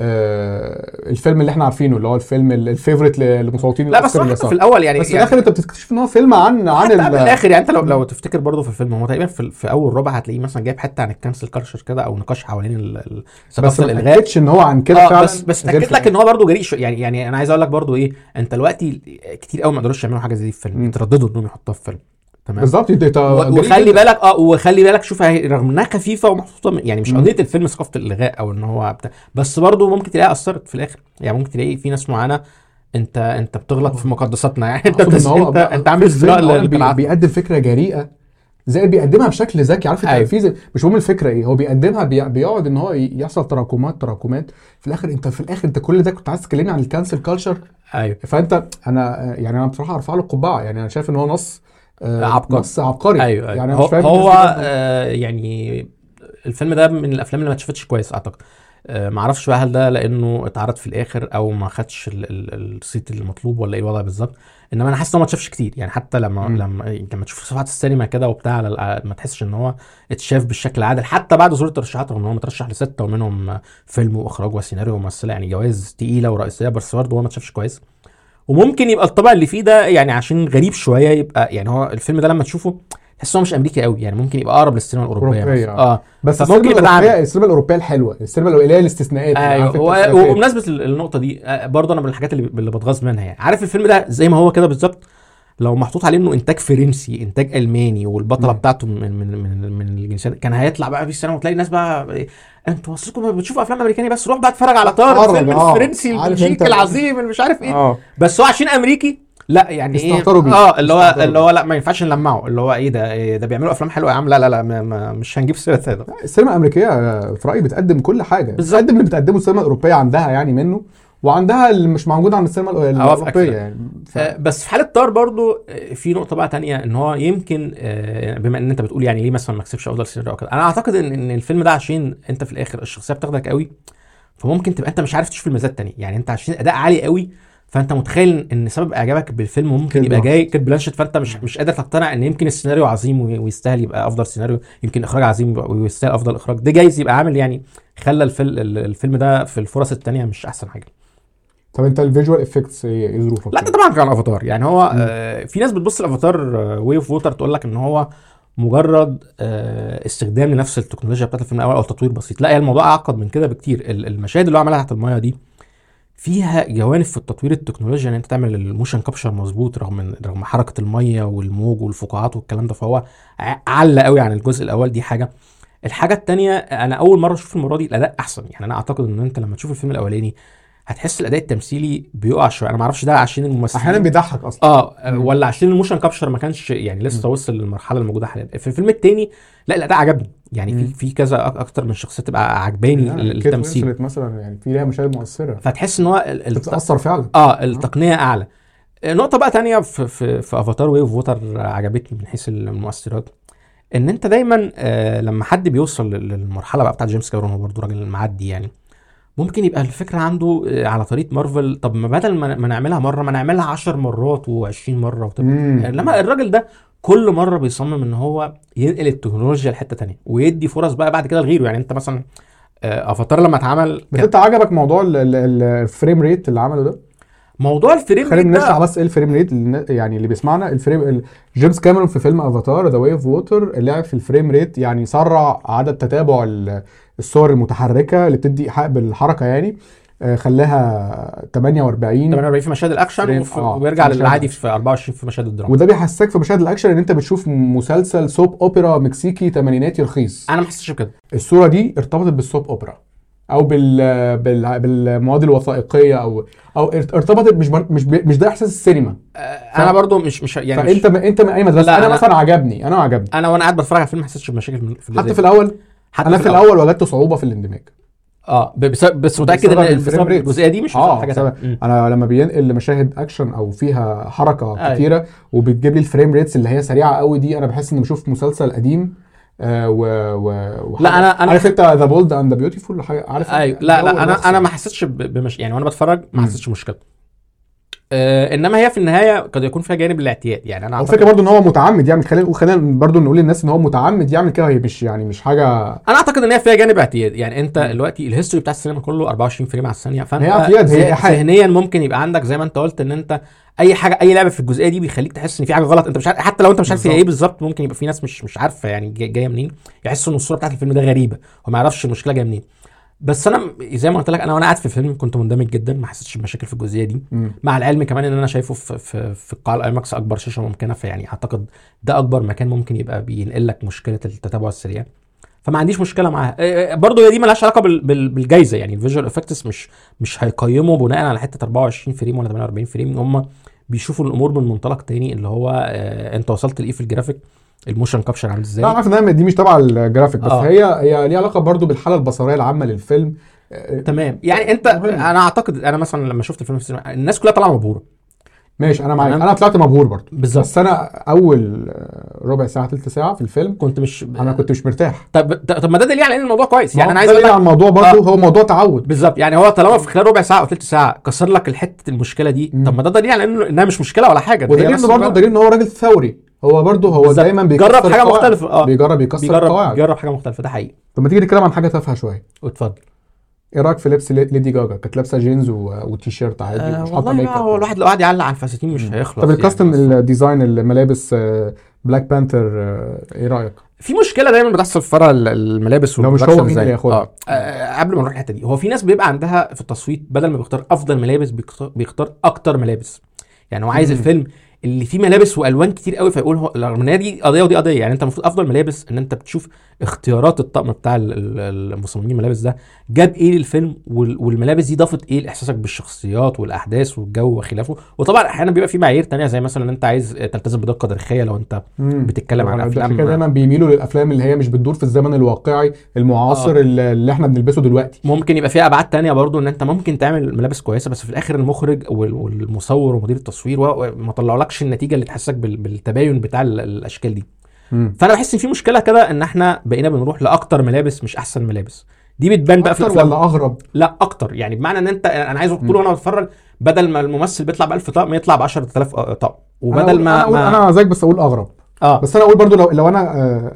الفيلم اللي احنا عارفينه، اللي هو الفيلم الفيفوريت للمصوتين. لا بس في الاول يعني، بس في الاخر انت بتكتشف ان هو فيلم عن الاخر يعني. انت لو تفتكر برضو في الفيلم هو تقريبا في اول ربع هتلاقيه مثلا جايب حته عن الكانسل كالتشر كده، او نقاش حوالين بس ما اتاكدش ان هو عن كده فعلا. بس اتاكد لك ان هو برضو جريء يعني انا عايز اقول لك برضو ايه، انت دلوقتي كتير قوي ما قدروش يعملوا حاجه زي في الفيلم، يترددوا انهم يحطوها في فيلم. تمام بالظبط. وخلي بالك شوف رغم انها خفيفه ومحطوطه يعني مش قضيه الفيلم ثقافه الالغاء او ان هو بس برضو ممكن تلاقيها اثرت في الاخر. يعني ممكن تلاقي في ناس معانا انت بتغلط في مقدساتنا يعني. انت عامل ازاي بيقدم فكره جريئه زي بيقدمها بشكل ذكي، عارف التنفيذ مش مهم الفكره ايه، هو بيقدمها بيقعد ان هو يحصل تراكمات في الاخر. انت كل ده كنت عايز تكلمني عن الكانسل كالتشر. ايوه. فانت انا بصراحه ارفع له القبعه يعني. انا شايف ان هو نص عبقري. أيوة. يعني هو يعني الفيلم ده من الافلام اللي ما اتشافتش كويس اعتقد. ما اعرفش بقى هل ده لانه اتعرض في الاخر او ما خدش الصيت المطلوب ولا ايه الوضع بالظبط، انما انا حاسس انه ما اتشافش كتير يعني. حتى لما تشوف صفحات السينما كده وبتاع ما تحسش ان هو اتشاف بالشكل العادل حتى بعد ظهور الترشيحات، رغم ان هو مترشح ل6 ومنهم فيلم واخراج وسيناريو وممثله، يعني جوائز تقيله ورئيسيه، بس برضه هو ما اتشافش كويس. وممكن يبقى الطبع اللي فيه ده يعني عشان غريب شويه، يبقى يعني هو الفيلم ده لما تشوفه تحس انه مش امريكي قوي، يعني ممكن يبقى اقرب للسينما الاوروبيه مثلا. بس فممكن يبقى ده السينما الاوروبيه الحلوه، السينما اللي هي الاستثناءات. ايوه. وبمناسبه النقطه دي برضه انا من الحاجات اللي بتغاظ منها، يعني عارف الفيلم ده زي ما هو كده بالظبط لو محطوط عليه انه انتاج فرنسي انتاج الماني والبطله بتاعته من الجنسيه، كان هيطلع بقى في السينما وتلاقي الناس بقى انتوا وصلكم بتشوفوا افلام امريكانيه بس، روح بقى اتفرج على طار الفيلم الفرنسي البلجيكي العظيم اللي مش عارف ايه. بس هو عشان امريكي لا يعني ايه اللي هو لا ما ينفعش نلمعه، اللي هو ايه ده ده بيعملوا افلام حلوه يا عم، لا مش هنجيب سيره هذا. السينما الامريكيه في رايي بتقدم كل حاجه، بتقدم اللي بتقدمه السينما الاوروبيه عندها يعني منه، وعندها اللي مش موجود عند السينما الاوروبيه يعني. بس في حاله طار برضو في نقطه بقى تانية، ان هو يمكن بما ان انت بتقول يعني ليه مثلا ما كسبش افضل سيناريو او كده، انا اعتقد ان الفيلم ده عشان انت في الاخر الشخصيه بتاخدك قوي، فممكن تبقى انت مش عارف تشوف المزايا التانية، يعني انت عشان اداء عالي قوي فانت متخيل ان سبب اعجابك بالفيلم ممكن يبقى جاي كيت بلانشيت، فانت مش قادر تقتنع ان يمكن السيناريو عظيم ويستاهل يبقى افضل سيناريو، يمكن اخراج عظيم ويستاهل افضل اخراج، ده جايز يبقى عامل يعني خلى الفيلم ده في الفرص التانية مش احسن حاجه. طب انت الفيجوال افكتس ايه ظروفك؟ لا طبعا كان افاتار يعني هو في ناس بتبص لافاتار واي اوف ووتر تقول لك ان هو مجرد استخدام لنفس التكنولوجيا بتاعت الفيلم الاول او تطوير بسيط، لا هي الموضوع اعقد من كده بكتير. المشاهد اللي هو عملها تحت المايه دي فيها جوانب في التطوير التكنولوجيا ان انت تعمل الموشن كابشر مظبوط رغم حركه الميه والموج والفقاعات والكلام ده، فهو علّى قوي عن الجزء الاول. دي حاجه. الحاجه الثانيه انا اول مره اشوف المره دي الاداء احسن، يعني انا اعتقد ان انت لما تشوف الفيلم الاولاني هتحس الاداء التمثيلي بيقع شويه، انا ما اعرفش ده عشان الممثلين احيانا بيضحك اصلا ولا عشان الموشن كابشر ما كانش يعني لسه وصل للمرحله الموجوده حاليا. في الفيلم الثاني لا الاداء عجبني، يعني في كذا اكتر من شخصيه تبقى عجباني يعني التمثيل مثلا، يعني في ليها مشاهد مؤثره فتحس ان هو بتتاثر فعلا. التقنيه اعلى. نقطه بقى تانية في افاتار واي اوف ووتر عجبتني من حيث المؤثرات، ان انت دايما لما حد بيوصل للمرحله بقى بتاعت جيمس كاميرون، هو برضه راجل معدي يعني، ممكن يبقى الفكره عنده على طريقه مارفل، طب ما بدل ما نعملها مره ما نعملها 10 مرات و20 مره لما الراجل ده كل مره بيصمم ان هو ينقل التكنولوجيا لحته تانية ويدي فرص بقى بعد كده لغيره. يعني انت مثلا افاتار لما اتعمل بس انت عجبك موضوع الفريم ريت اللي عمله ده؟ موضوع الفريم ريت خلينا نشرح بس ايه الفريم ريت يعني اللي بيسمعنا. الفريم جيمس كاميرون في فيلم افاتار ذا واي اوف ووتر لعب في الفريم ريت، يعني سرع عدد تتابع الصور المتحركه اللي بتدي ايحاء بالحركه، يعني خلاها 48 في مشاهد الاكشن وبيرجع للعادي في 24 في مشاهد الدراما. وده بيحسسك في مشاهد الاكشن ان انت بتشوف مسلسل سوب اوبرا مكسيكي ثمانيناتي رخيص. انا ما حسيتش بكده. الصوره دي ارتبطت بالسوب اوبرا او بالمواد الوثائقيه او ارتبطت، مش ده احساس السينما. انا برضو مش يعني فانت من اي مدرسه؟ انا مثلا عجبني انا وانا قاعد بتفرج على الفيلم ما حسيتش بمشاكل حتى في الاول. انا في الاول وجدت صعوبه في الاندماج. بس متاكد ان الجزئيه دي مش حاجه ثانيه. انا لما بينقل لمشاهد اكشن او فيها حركه كتيره وبتجيب لي الفريم ريتس اللي هي سريعه قوي دي، انا بحس اني بشوف مسلسل قديم. لا انا عارف انت ذا بولد اند ذا بيوتيفول، عارف؟ ايوه. لا انا ما حسيتش يعني وانا بتفرج ما حسيتش مشكله. انما هي في النهايه قد يكون فيها جانب الاعتياد، يعني انا الفكره برضو ان هو متعمد يعمل. خلينا برضو نقول للناس ان هو متعمد يعمل كده، هي مش حاجه. انا اعتقد ان هي فيها جانب اعتياد، يعني انت دلوقتي الهيستوري بتاع السينما كله 24 فريم على الثانيه، فانت ذهنيا ممكن يبقى عندك زي ما انت قلت ان انت اي حاجه اي لعبه في الجزئيه دي بيخليك تحس ان في حاجه غلط، انت مش عارف حتى لو انت مش عارف هي ايه بالظبط. ممكن يبقى في ناس مش عارفه يعني جايه منين، يحسوا ان الصوره بتاعت الفيلم ده غريبه وما يعرفش المشكله جايه منين. بس انا زي ما قلت لك، انا وانا قاعد في الفيلم كنت مندمج جدا، ما حسيتش بمشاكل في الجزئيه دي. مع العلم كمان ان انا شايفه في القاعه الايماكس اكبر شاشه ممكنه، فيعني اعتقد ده اكبر مكان ممكن يبقى بينقل لك مشكله التتابع السريع، فما عنديش مشكله معاها. برضو هي دي مالهاش علاقه بالجائزه، يعني الفيجوال افكتس مش هيقيموا بناء على حته 24 فريم ولا 48 فريم، هم بيشوفوا الامور من منطلق تاني اللي هو انت وصلت لايه في الجرافيك، الموشن كابشر عامل ازاي. لا عارف ان دي مش تبع الجرافيك، بس هي ليها علاقه برضو بالحاله البصريه العامه للفيلم. تمام. يعني انت انا اعتقد انا مثلا لما شفت الفيلم في السينما الناس كلها طالعه مبهوره. ماشي انا معاك، انا طلعت مبهور برضو بالظبط. بس انا اول ربع ساعه ثلث ساعه في الفيلم كنت مش مرتاح. طب ما ده دليل على ان الموضوع كويس، يعني انا عايز اقول لك الموضوع برضو هو موضوع تعود. بالظبط. يعني هو طالما في خلال ربع ساعه او ثلث ساعه كسر لك الحته المشكله دي، طب ما ده دليل على انها مش مشكله ولا حاجه. ودليل انه برضو دليل ان هو راجل ثوري، هو دايما بيجرب حاجه مختلفه. بيجرب يكسر القواعد، بيجرب حاجه مختلفه، ده حقيقي. طب ما تيجي نتكلم عن حاجه تافهه شويه. اتفضل. ايه رايك في لبس ليدي جاجا؟ كانت لابسه جينز وتي شيرت عادي مش حاطه والله ميك بقى اب. هو الواحد لو قعد يعلق على الفساتين مش هيخلص. طب الكاستم يعني الديزاين الملابس بلاك بانثر ايه رايك؟ في مشكله دايما بتحصل في فرع الملابس لو مش هو والبرودكشن مين اللي ياخدها؟ قبل ما نروح الحته دي، هو في ناس بيبقى عندها في التصويت بدل ما بيختار افضل ملابس بيختار اكتر ملابس. يعني هو عايز الفيلم اللي فيه ملابس والوان كتير قوي، فيقول هو رغم ان دي قضيه ودي قضيه. يعني انت المفروض افضل ملابس ان انت بتشوف اختيارات الطقم بتاع المصممين الملابس ده جاب ايه للفيلم، والملابس دي ضافت ايه لاحساسك بالشخصيات والاحداث والجو وخلافه. وطبعا احيانا بيبقى في معايير تانية زي مثلا ان انت عايز تلتزم بدقه تاريخيه لو انت بتتكلم عن افلام كده دايما بيميلوا للافلام اللي هي مش بتدور في الزمن الواقعي المعاصر اللي احنا بنلبسه دلوقتي. ممكن يبقى فيها ابعاد تانية برضو، ان انت ممكن تعمل ملابس كويسه بس في الاخر المخرج والمصور ومدير التصوير ما طلعولكش النتيجه اللي تحسسك بالتباين بتاع الاشكال دي. فانا بحس ان في مشكله كده ان احنا بقينا بنروح لاكتر ملابس مش احسن ملابس. دي بتبان بقى في الافلام ولا اغرب؟ لا اكتر، يعني بمعنى ان انت انا عايز طول وانا بتفرج بدل ما الممثل بيطلع ب 1000 طقم يطلع ب 10000 طقم، وبدل انا زيك بس اقول اغرب. بس انا اقول برضو لو انا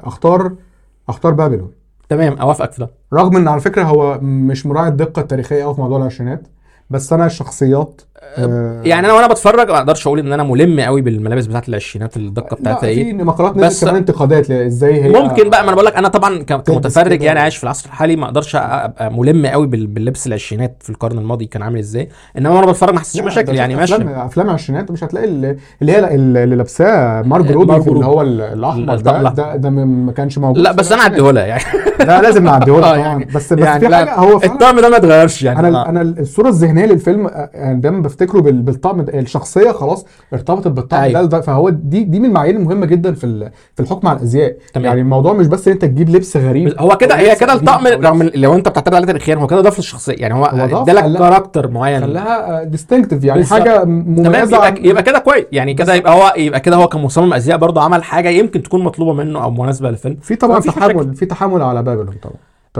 اختار بابلون. تمام، اوافقك في ده. رغم ان على فكره هو مش مراعي الدقه التاريخيه قوي في موضوع العشرينات، بس انا الشخصيات يعني انا وانا بتفرج ما اقدرش اقول ان انا ملم قوي بالملابس بتاعت العشرينات الدقه بتاعتها ايه. في مقالات نزلت كمان انتقادات ازاي هي ممكن بقى. ما انا بقول لك انا طبعا كمتفرج يعني عايش في العصر الحالي ما اقدرش ابقى ملم قوي باللبس العشرينات في القرن الماضي كان عامل ازاي، انما وانا بتفرج ما حسيتش مشاكل يعني ماشي. افلام العشرينات مش هتلاقي اللي هي اللي لابساه مارجو روبي اللي هو الاحمر ده ما كانش موجود. لا بس انا عديه لها يعني لا لازم نعديه لها يعني. بس يعني في حاجه هو الطقم ده ما اتغيرش يعني. انا الصوره الذهنيه للفيلم يعني دايما بفتكره بالطقم الشخصيه خلاص ارتبطت بالطقم ده، فهو دي من المعايير المهمه جدا في الحكم على الازياء. يعني الموضوع مش بس ان انت تجيب لبس غريب، هو كده هي كده الطقم رغم لو انت بتعترض عليه تاريخيا هو كده ضاف للشخصيه، يعني هو ادالك كاركتر معين خلاها ديستنكتيف يعني حاجه مميزه. يبقى كده كويس يعني كده يبقى كده هو كمصمم ازياء برضه عمل حاجه يمكن تكون مطلوبه منه او مناسبه للفيلم. في طبعا تحامل على بابلون طبعا.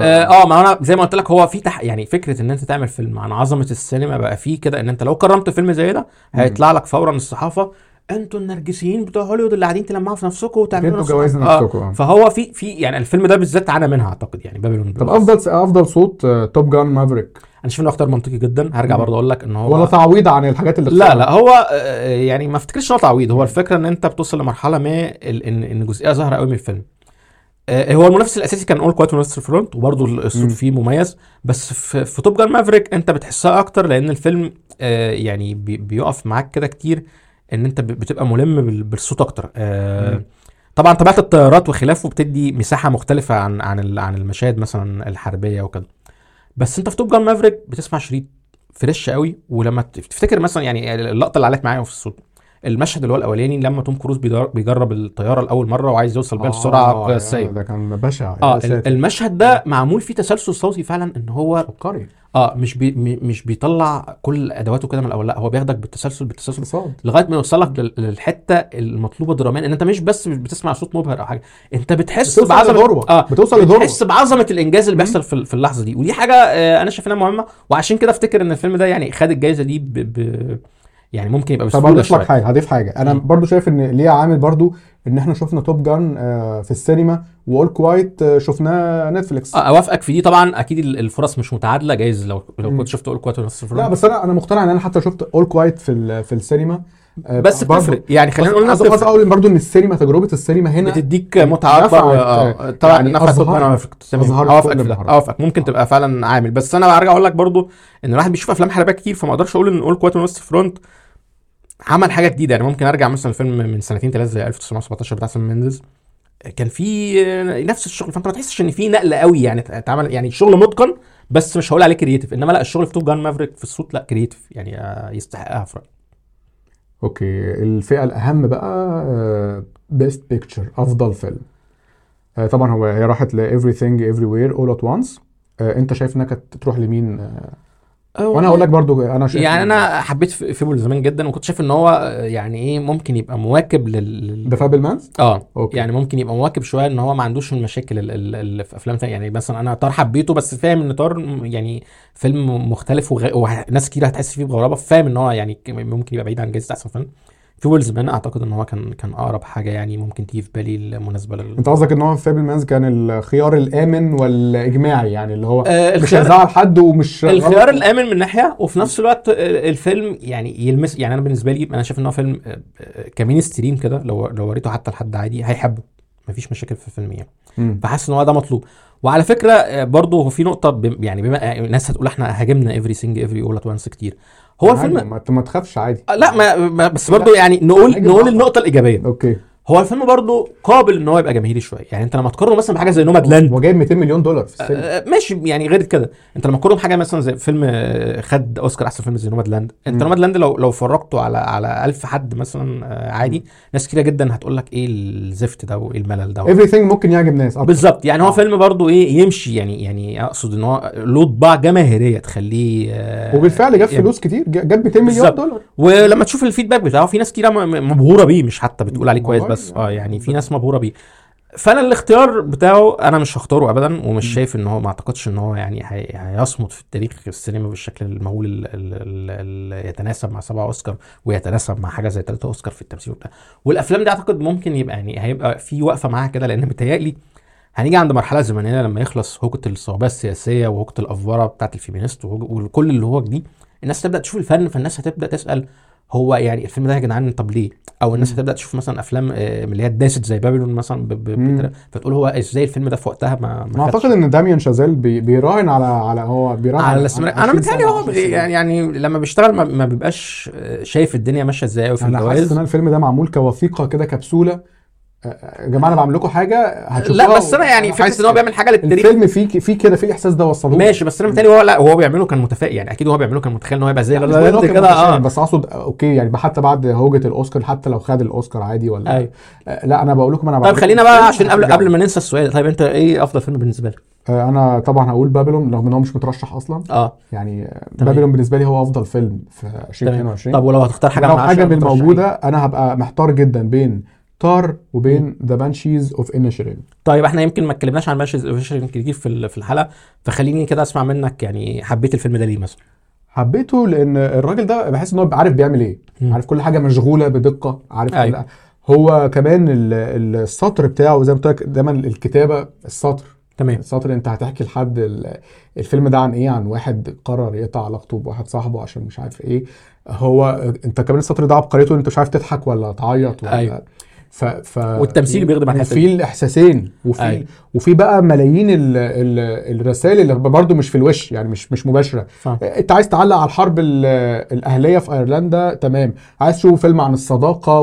ما انا زي ما قلت لك هو في يعني فكره ان انت تعمل فيلم عن عظمه السينما بقى فيه كده ان انت لو كرمت فيلم زي ده هيطلع لك فورا الصحافه انتوا النرجسيين بتوع هوليوود اللي قاعدين تلمعوا في نفسكم وتعملوا انتوا جوايز نفسكم. فهو في يعني الفيلم ده بالذات عانى منها اعتقد يعني بابلون. طب افضل صوت توب جان مافريك. انا شايف انه اختار منطقي جدا. هرجع برضه اقول لك ان هو ولا تعويض عن الحاجات اللي لا هو يعني ما افتكرش انه تعويض. هو الفكره ان انت بتوصل لمرحله ما ان جزئيه ظاهره قوي من الفيلم. هو المنافس الاساسي كان اول كويت ونستر فرونت وبرضه الصوت فيه مميز، بس في توب جان مافريك انت بتحسها اكتر لان الفيلم يعني بيقف معاك كده كتير ان انت بتبقى ملم بالصوت اكتر. طبعا طبيعه الطيارات وخلافه بتدي مساحه مختلفه عن المشاهد مثلا الحربيه وكده. بس انت في توب جان مافريك بتسمع شريط فريش قوي، ولما تفتكر مثلا يعني اللقطه اللي عليك معايا في الصوت المشهد اللي هو الاولاني لما توم كروز بيجرب الطياره لاول مره وعايز يوصل بيها بسرعه قياسيه. ده كان بشع. المشهد ده معمول فيه تسلسل صوتي فعلا ان هو عبقري. مش بيطلع كل ادواته كده من الاول، لا هو بياخدك بالتسلسل لغايه ما يوصلك للحته المطلوبه دراميا ان انت مش بس بتسمع صوت مبهر او حاجه، انت بتحس بعظمه بتوصل لذروه، بتحس بعظمه الانجاز اللي بيحصل في اللحظه دي. ودي حاجه انا شايف انها مهمه، وعشان كده افتكر ان الفيلم ده يعني خد الجائزه دي يعني ممكن يبقى بسهوله شويه. هضيف حاجه انا برضو شايف ان ليه عامل برضو ان احنا شفنا توب جان في السينما وأول كوايت شفناه نتفليكس. اوافقك في دي طبعا. اكيد الفرص مش متعادله، جايز لو كنت شفت أول كوايت لا بس انا مقتنع ان انا حتى شفت أول كوايت في السينما بس بتفرق يعني. خلينا نقول نفس اقول برضو ان السينما تجربه السينما هنا بتديك متعه اكبر. طبعا نفعت اوافقك ممكن تبقى فعلا عامل. بس انا برجع اقول لك برضو ان الواحد بيشوف افلام حربيه كتير، فما اقدرش اقول ان أول كوايت ونستر فرونت عمل حاجه جديده. يعني ممكن ارجع مثلا الفيلم من سنتين ثلاثه زي 1917 بتاع سام مينديز كان في نفس الشغل، فانت ما تحسش ان في نقله قوي يعني اتعمل يعني الشغل متقن، بس مش هقول عليه كرييتيف. انما لا الشغل في توب جان مافريك في الصوت لا كرييتيف يعني يستحقها في رأيي. اوكي الفئه الاهم بقى بيست بيكتشر افضل فيلم. طبعا هي راحت ل Everything Everywhere All at Once. انت شايف انها كانت تروح لمين؟ وانا هقول لك برضو انا شايف يعني انا حبيت فيبل زمان جدا، وكنت شايف ان هو يعني ايه ممكن يبقى مواكب ذا فابلمانز. يعني ممكن يبقى مواكب شويه ان هو ما عندوش المشاكل اللي في افلام يعني مثلا انا طار حبيته بس فاهم ان طار يعني فيلم مختلف وناس كتير هتحس فيه بغرابه، فاهم ان هو يعني ممكن يبقى بعيد عن جائزه احسن فيلم. فيولز مان اعتقد ان هو كان اقرب حاجه يعني ممكن تيجي في بالي المناسبه انت قصدك ان هو فابلمانز كان الخيار الامن والاجماعي، يعني اللي هو مش الخيار هيزعل حد ومش الخيار الامن من ناحيه، وفي نفس الوقت الفيلم يعني يلمس. يعني انا بالنسبه لي انا شايف ان هو فيلم كمين ستريم كده، لو وريته حتى لحد عادي هيحبه، مفيش مشاكل في الفيلم يعني. فحاسس ان هو ده مطلوب. وعلى فكره برضه هو في نقطه يعني بما الناس هتقول احنا هاجمنا افري اول ات وانس كتير، هو الفيلم ما تخافش عادي. لا بس برضه يعني نقول النقطه الايجابيه. اوكي. هو الفيلم برضه قابل ان هو يبقى جماهيري شويه. يعني انت لما تقارنه مثلا بحاجه زي نومادلاند، هو جايب 200 مليون دولار في السينما. ماشي يعني غير كده. انت لما تقارن حاجه مثلا زي فيلم خد اوسكار احسن فيلم زي نومادلاند، انت نومادلاند لو فرجته على 1000 حد مثلا عادي، ناس كتير جدا هتقول لك ايه الزفت ده وايه الملل ده. everything ممكن يعجب ناس بالظبط. يعني هو فيلم برضو ايه يمشي، يعني اقصد ان هو له طباع جماهيريه تخليه وبالفعل جاب فلوس كتير، جاب 200 مليون دولار. ولما تشوف الفيدباك بتاعه في ناس كتير مبهوره بيه، مش حتى بتقول عليه كويس بس يعني في ناس مبهوره بيه. فانا الاختيار بتاعه انا مش هختاره ابدا، ومش شايف ان هو، ما اعتقدش ان هو يعني هيصمد في التاريخ السينما بالشكل المهول اللي يتناسب مع 7 اوسكار ويتناسب مع حاجه زي 3 اوسكار في التمثيل وبتاع. والافلام دي اعتقد ممكن يبقى يعني هيبقى في وقفه معاها كده، لان متهيألي هنيجي عند مرحله زمنيه لما يخلص هوجة الصعوبات السياسيه وهوجة الافوره بتاعت الفيمينست وكل اللي هو دي، الناس تبدا تشوف الفن، فالناس هتبدا تسال هو يعني الفيلم ده يا جدعان طب ليه؟ او الناس هتبدا تشوف مثلا افلام من اللي هي الداست زي بابلون مثلا فتقول هو ازاي الفيلم ده في وقتها ما اعتقد ان داميان شازيل بيراهن على هو بيراهن على انا متهيألي هو يعني لما بيشتغل ما بيبقاش شايف الدنيا ماشيه ازاي في الجوائز. انا حاسس ان الفيلم ده معمول كوثيقه كده، كبسوله. يا جماعه انا بعمل لكم حاجه هتشوفوها. لا بس انا يعني فكره ان هو بيعمل حاجه للتاريخ، الفيلم فيه كده، فيه الاحساس ده وصلوه ماشي. بس انا متهيألي هو بيعمله كان متفائل، يعني اكيد هو بيعمله كان متخيل ان هو يبقى زي كده. بس اقصد اوكي يعني حتى بعد هوجة الاوسكار، حتى لو خد الاوسكار عادي ولا لا انا بقول لكم طيب خلينا بقى عشان قبل ما ننسى السؤال. طيب انت ايه افضل فيلم بالنسبه لك؟ انا طبعا هقول بابلون، رغم ان هو مش مترشح اصلا. يعني بابلون بالنسبه لي هو افضل فيلم في 2022. طب ولو هتختار حاجه من الموجوده انا هبقى محتار جدا بين تار وبين ذا بانشيز اوف انيشرين. طيب احنا يمكن ما اتكلمناش عن بانشيز اوف انيشرين كتير في الحلقه، فخليني كده اسمع منك يعني حبيت الفيلم ده ليه مثلا؟ حبيته لان الراجل ده بحس ان هو عارف بيعمل ايه، عارف كل حاجه مشغوله بدقه، عارف أيوة. هو كمان السطر بتاعه زي ما قلت لك دايما، الكتابه السطر تمام. السطر انت هتحكي لحد الفيلم ده عن ايه، عن واحد قرر يقطع علاقته بواحد صاحبه عشان مش عارف ايه. هو انت كمان السطر ده عبقريته، انت مش عارف تضحك ولا تعيط ولا أيوة. والتمثيل بيخدم على الحته دي. وفي الاحساسين وفي بقى ملايين الرسائل اللي برضو مش في الوش، يعني مش مباشره. انت عايز تعلق على الحرب الاهليه في ايرلندا، تمام. عايز تشوف فيلم عن الصداقه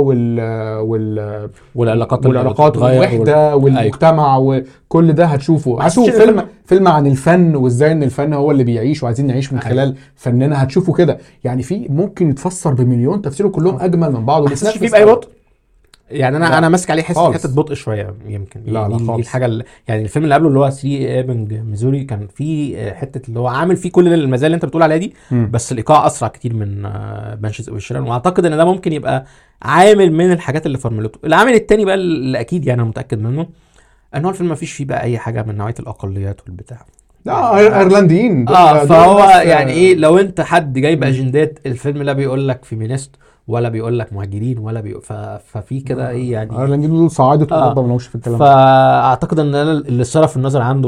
والعلاقات والوحده والمجتمع وكل ده هتشوفه. عايز تشوف فيلم عن الفن وازاي ان الفن هو اللي بيعيش وعايزين نعيش من خلال فننا، هتشوفه كده. يعني في ممكن يتفسر بمليون تفسير كلهم اجمل من بعض. بس في باي بطء يعني انا ماسك عليه حته بطء شويه يمكن. لا يعني لا الحاجه يعني الفيلم اللي قبله اللي هو 3 ايبنج ميزوري كان فيه حته اللي هو عامل فيه كل المزايا اللي انت بتقول عليها دي، بس الايقاع اسرع كتير من بانشيز اوف انيشرين. واعتقد ان ده ممكن يبقى عامل من الحاجات اللي فرملته. العامل التاني بقى اللي اكيد يعني انا متاكد منه ان هو الفيلم ما فيش فيه بقى اي حاجه من نوعيه الاقليات والبتاع. لا ايرلنديين فهو يعني ايه، لو انت حد جايب اجندات الفيلم لا بيقول لك فيمينيست ولا بيقول لك مهاجرين ولا ففي كده ايه يعني ايرلنديين دول صعايده اوروبا، ما لهمش في الكلام. فاعتقد ان اللي صرف النظر عنده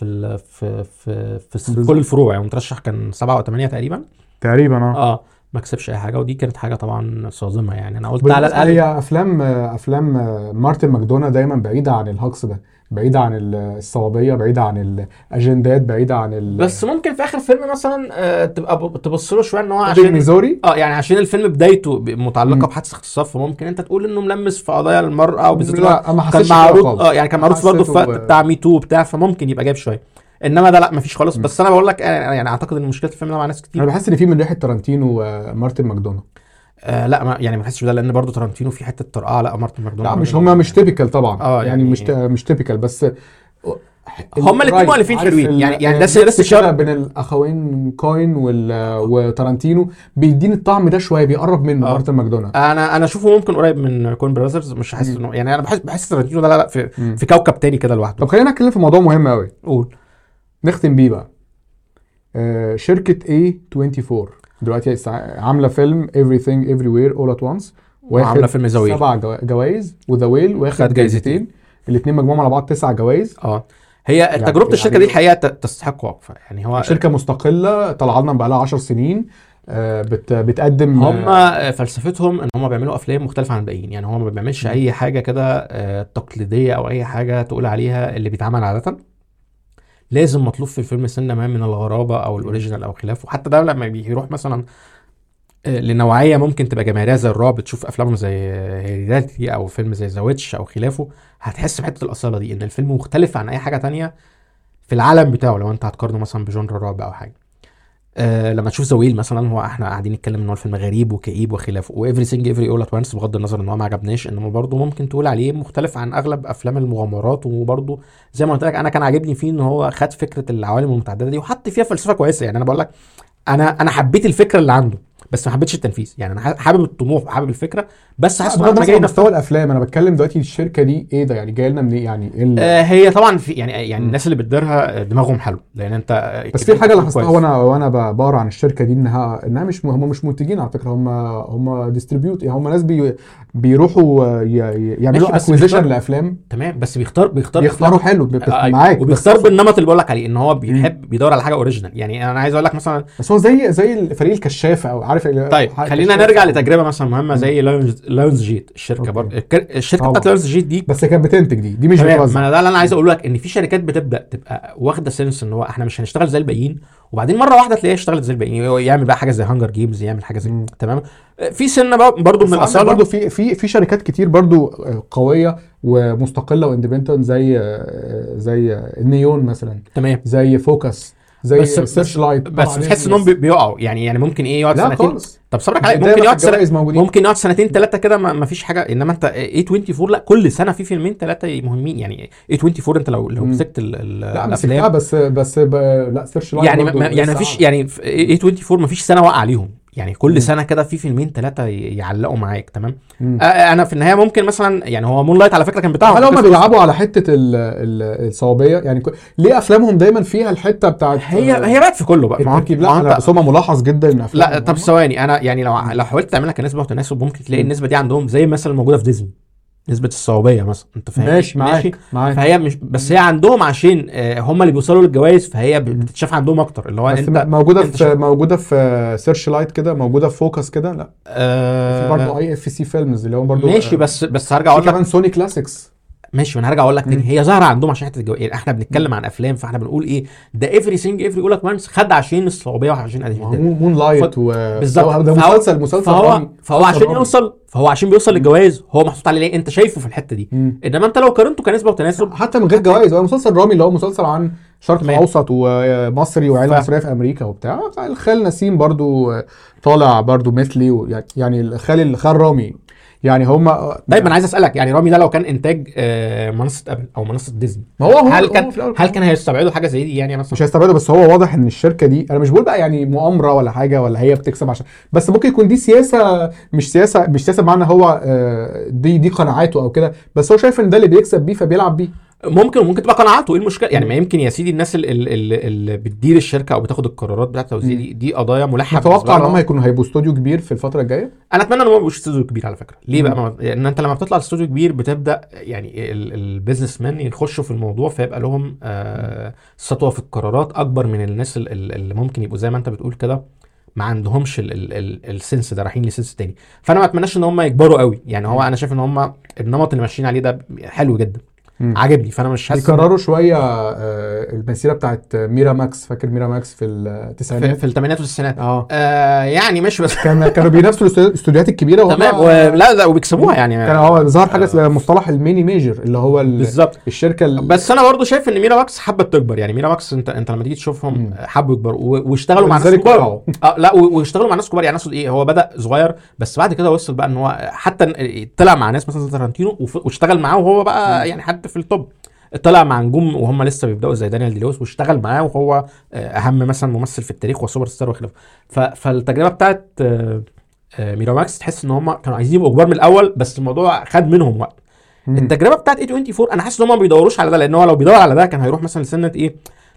في كل الفروع، يعني مترشح كان 7 او 8 تقريبا ما كسبش اي حاجه. ودي كانت حاجه طبعا صادمه. يعني انا قلت على الاقل هي افلام مارتن ماكدونا دايما بعيده عن الهجص ده، بعيده عن الصوابيه، بعيده عن الاجندات، بعيده عن بس ممكن في اخر فيلم مثلا تبقى تبص له شويه ان هو عشان ميزوري يعني عشان الفيلم بدايته متعلقه بحادثه اغتصاب، فممكن انت تقول انه ملمس في قضايا المراه وبالذات كان معروض يعني كان معروض برضه في وقت بتاع ميتو بتاع، فممكن يبقى جايب شويه. انما ده لا مفيش خالص. بس انا بقول لك يعني اعتقد ان مشكله الفيلم ده مع ناس كتير. انا بحس ان في من ريحه تارانتينو ومارتن ماكدونا. لا يعني ما بحسش بده، لان برضو تارانتينو في حته طرقعه. لا مارتن ماكدونا لا مش هم مش تيبيكال طبعا. يعني مش تيبيكال، بس هم الاثنين مؤلفين حلوين. يعني ده الشارع بين الاخوين كوين وتارانتينو بيديني الطعم ده شويه، بيقرب من مارتن ماكدونا. انا اشوفه ممكن قريب من كوين براذرز. مش حاسس انه يعني انا بحس تارانتينو ده لا في كوكب تاني كده لوحده. طب خلينا نتكلم في موضوع مهم قوي، قول نختم بيه بقى. شركه A24 دلوقتي عامله فيلم Everything Everywhere All at Once، وعامله فيلم ذا ويل 7 جوائز، وذا ويل واخد خد جايزتين. الاثنين مجموعهم على بعض 9 جوائز. هي يعني تجربه الشركه دي الحقيقه تستحق وقفه. يعني هو شركه مستقله طلع لنا بقى لها 10 سنين، بتقدم. هم فلسفتهم ان هم بيعملوا افلام مختلفه عن الباقيين. يعني هو ما بيعملش اي حاجه كده تقليديه او اي حاجه تقول عليها اللي بيتعمل عاده. لازم مطلوب في الفيلم سنه ما من الغرابه او الاوريجينال او خلافه. حتى ده لما بيروح مثلا لنوعيه ممكن تبقى جماهيريه زي الرعب، تشوف افلام زي هيريداتري او فيلم زي ذا ويتش او خلافه، هتحس بحته الاصاله دي ان الفيلم مختلف عن اي حاجه تانية في العالم بتاعه لو انت هتقارنه مثلا بجونر رعب او حاجه. لما تشوف ذا ويل مثلا، هو احنا قاعدين نتكلم ان هو الفيلم غريب وكئيب وخلافه، وإيفريثينج إيفري أول أت وانس بغض النظر ان هو ما عجبناش، انما برضه ممكن تقول عليه مختلف عن اغلب افلام المغامرات. وبرضه زي ما قلت لك انا كان عاجبني فيه ان هو خد فكره العوالم المتعدده دي وحط فيها فلسفه كويسه. يعني انا بقول لك انا حبيت الفكره اللي عنده بس ما حبيتش التنفيذ. يعني انا حابب الطموح وحابب الفكره بس حاسس ان جاي مستوى الافلام. انا بتكلم دلوقتي الشركه دي ايه ده، يعني جايه لنا منين يعني هي طبعا في يعني الناس اللي بتديرها دماغهم حلو، لان انت بس في حاجه لاحظتها وانا بقرا عن الشركه دي انها مش هم مش منتجين على فكره، هم ديستريبيوت. يعني هم ناس بيروحوا يعملوا اكويزيشن لافلام. تمام، بس بيختاروا حلو معاك، وبيختار بالنمط اللي بقول لك عليه ان هو بيدور على حاجه اوريجينال. يعني انا عايز اقول لك مثلا بس هو زي فريق الكشاف او عارف. طيب خلينا نرجع لتجربه مثلا مهمه زي لاونز جيت. الشركه برضه الشركه بتاعت لاونز جيت دي بس كانت بتنتج دي مش بتوزع. ما ده اللي انا عايز اقول لك، ان في شركات بتبدا تبقى واخده سنس ان هو احنا مش هنشتغل زي الباقيين، وبعدين مره واحده تلاقيها اشتغلت زي الباقيين، يعمل بقى حاجه زي هانجر جيمز، يعمل حاجه زي تمام. في سنه برضه من الاصاله برضه في شركات كتير برضه قويه ومستقله واندبندنت زي النيون مثلا، تمام، زي فوكس، زي سيرش لايت. بس بتحس انهم بيقعوا. يعني ممكن يقعد سنتين. طب صبرك عليك، ممكن يقعد سنتين 3 كده ما فيش حاجه. انما انت A24 لا، كل سنه في فيلمين 3 مهمين. يعني A24 انت لو مسكت الافلام بس لا سيرش لايت يعني ما فيش. يعني A24 ما فيش سنه وقع عليهم. يعني كل سنه كده في فيلمين 3 يعلقوا معاك. تمام. انا في النهايه ممكن مثلا يعني هو مون لايت على فكره كان بتاعهم. هل هم بيلعبوا على حته الصوابيه؟ يعني ليه افلامهم دايما فيها الحته بتاعت هي بقت في كله بقى. لا بس هم ملاحظ جدا ان لا طب ثواني، انا يعني لو حاولت تعملها كنسبه وتناسب ممكن تلاقي النسبه دي عندهم زي مثلا موجوده في ديزني، نسبه الصوابيه مثلا. انت فاهم؟ ماشي معاك. فهي مش بس هي عندهم عشان هم اللي بيوصلوا للجوائز، فهي بتتشاف عندهم اكتر. اللي هو انت موجوده في سيرش لايت كده، موجوده في فوكس كده. لا في برضه IFC فيلمز اللي هم برضه ماشي. بس هرجع اقول لك كمان سوني كلاسيكس. ماشي، وانا هرجع اقول لك تاني هي ظاهره عندهم عشان حته الجوائز. يعني احنا بنتكلم عن افلام، فاحنا بنقول ايه ده Everything Every All At Once خد عشان الصوابيه وعشان مون لايت بالظبط. ده مسلسل فهو عشان بيوصل للجوائز هو محطوط عليه ليه انت شايفه في الحته دي. انما انت لو قارنته كنسبه وتناسب حتى من غير جوائز، هو مسلسل رامي اللي هو مسلسل عن شرق الاوسط ومصري وعائله مصريه في امريكا وبتاع. الخال نسيم برضو طالع برضو مثلي، يعني الخال رامي. يعني هم دايما عايز اسالك، يعني رامي ده لو كان انتاج منصه ابل او منصه ديزني، هل كان هيستبعدوا حاجه زي دي؟ يعني مثلا مش هيستبعدوا، بس هو واضح ان الشركه دي، انا مش بقول بقى يعني مؤامره ولا حاجه ولا هي بتكسب عشان، بس ممكن يكون دي سياسه، مش سياسه بمعنى هو دي قناعاته او كده، بس هو شايف ان ده اللي بيكسب بيه فبيلعب بيه. ممكن تبقى قناعاته. ايه المشكله؟ يعني ما يمكن يا سيدي الناس اللي بتدير الشركه او بتاخد القرارات بتاعه التوزيع دي قضايا ملحه. اتوقع ان هم هيبقوا استوديو كبير في الفتره الجايه. انا اتمنى ان هم يبقوا استوديو كبير على فكره. ليه بقى؟ ان انت لما بتطلع استوديو كبير بتبدا يعني البيزنس مان يخشوا في الموضوع، فيبقى لهم سطوه في القرارات اكبر من الناس اللي ممكن يبقوا زي ما انت بتقول كده ما عندهمش السنس ده، رايحين لسنس تاني. فانا ما اتمناش ان هم يكبروا قوي. يعني هو انا شايف ان هم النمط اللي ماشيين عليه ده حلو جدا، عجبني. فانا مش حاسس يكرروا شويه المسيره بتاعت ميرا ماكس. فاكر ميرا ماكس في التسعينات في الثمانينات والتسعينات؟ يعني ماشي، بس كانوا بينافسوا الاستوديوهات الكبيره تمام. لا وبيكسبوها. يعني كان هو ظهر حاجه اسمها مصطلح الميني ميجر اللي هو بالظبط الشركه بس انا برضو شايف ان ميرا ماكس حبت تكبر. يعني ميرا ماكس انت لما تيجي تشوفهم حبوا يكبروا واشتغلوا مع ناس كبار. لا واشتغلوا مع ناس كبار. يعني اقصد ايه، هو بدا صغير بس بعد كده وصل بقى ان هو حتى طلع مع ناس مثلا زي تارانتينو واشتغل معاه وهو بقى يعني حد في التوب. طلع مع نجوم وهم لسه بيبداوا زي دانيال دي لويس واشتغل معاه وهو اهم مثلا ممثل في التاريخ وسوبر ستار وخلافه. فالتجربه بتاعت ميرا ماكس تحس ان هم كانوا عايزين يبقوا كبار من الاول بس الموضوع خد منهم وقت. التجربه بتاعت A24 انا حاسس ان هم ما بيدوروش على ده، لان هو لو بيدور على ده كان هيروح مثلا لسنه ايه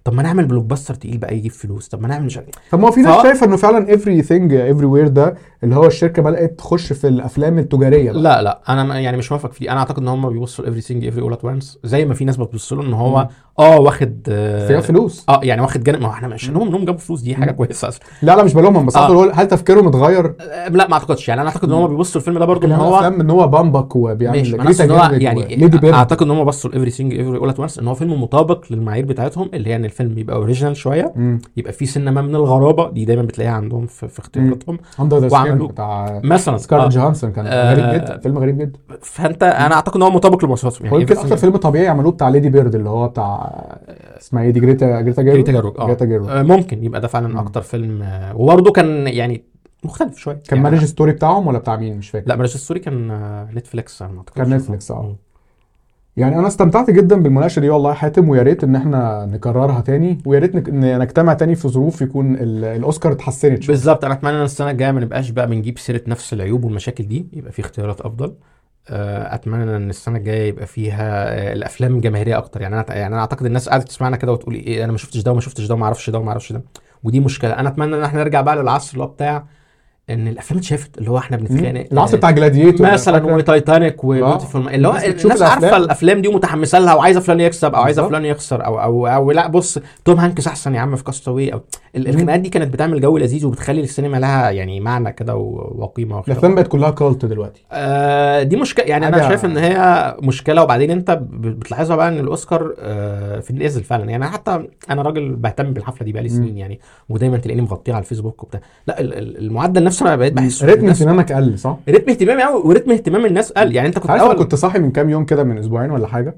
طب ما نعمل بلوك باستر تقيل بقى يجيب فلوس، طب ما نعمل مش عارف. طب ما هو في ناس شايفه انه فعلا everything everywhere ده اللي هو الشركه بدات تخش في الافلام التجاريه بقى. لا انا يعني مش موافق فيه. انا اعتقد ان هم بيبصوا everything every all at once زي ما في ناس بتبص له ان هو واخد فيها فلوس. يعني واخد جانب. ما هو احنا مش انهم جابوا فلوس، دي حاجه كويسه اصلا. لا مش بلومهم، بس هل تفكيرهم اتغير؟ لا ما اعتقدش. يعني انا اعتقد ان هم بيبصوا الفيلم ده برضو ان هو افلام ان هو بامبك وبيعمل يعني اعتقد ان هم بصوا everything every all at once ان هو فيلم مطابق للمعايير بتاعتهم، اللي هي ان الفيلم يبقى اوريجينال شويه، يبقى فيه سنه ما من الغرابه، دي دايما بتلاقيها عندهم في اختياراتهم. وعملوا بتاع مثلا سكارلت جوهانسون كان غريب جدا، فيلم غريب جدا. فانت انا اعتقد ان هو مطابق لمواصفاتهم. يعني يمكن اكتر فيلم طبيعي عملوه بتاع ليدي بيرد اللي هو بتاع اسمها ايه دي، جريتا جيرو. ممكن يبقى ده فعلا اكتر فيلم. وبرده كان يعني مختلف شويه. كان يعني مارج ستوري بتاعهم ولا بتاع مين مش فاكر. لا مارج ستوري كان نتفليكس. انا اعتقد كان نتفليكس. يعني انا استمتعت جدا بالمناقشه دي والله يا حاتم، ويا ريت ان احنا نكررها تاني، ويا ريت نجتمع تاني في ظروف يكون الاوسكار اتحسنت شويه. بالظبط. انا اتمنى ان السنه الجايه ما نبقاش بقى بنجيب سيره نفس العيوب والمشاكل دي، يبقى في اختيارات افضل. اتمنى ان السنه الجايه يبقى فيها الافلام جماهيريه اكتر. يعني انا اعتقد الناس قاعده تسمعنا كده وتقول ايه انا ما شفتش ده وما شفتش ده وما اعرفش ده وما اعرفش ده، ودي مشكله. انا اتمنى ان احنا نرجع بقى للعصر اللي هو بتاع ان الافلام اتشافت، اللي هو احنا بنتخانق العصر بتاع جلاديتور مثلا وتايتانيك وبيوتيفول، اللي هو الناس عارفه الافلام دي ومتحمسه لها وعايزه فلان يكسب او عايزه فلان يخسر او لا بص توم هانكس احسن يا عم في كاستاوي. او الخناقات دي كانت بتعمل جو لذيذ وبتخلي السينما لها يعني معنى كده وقيمه وكده. الافلام بقت كلها كالت دلوقتي. دي مشكله. يعني انا شايف ان هي مشكله. وبعدين انت بتلاحظها بقى ان الاوسكار في النازل فعلا. يعني حتى انا راجل بهتم بالحفله دي بقى لي سنين يعني، ودايما تلاقيني مغطيها على الفيسبوك وبتاع. لا المعدل نفسه انا بقيت بحس رتم اهتمامك قل، صح؟ رتم اهتمامي قوي ورتم اهتمام الناس قل. يعني انت كنت اول كنت صاحي من كام يوم كده، من اسبوعين ولا حاجه،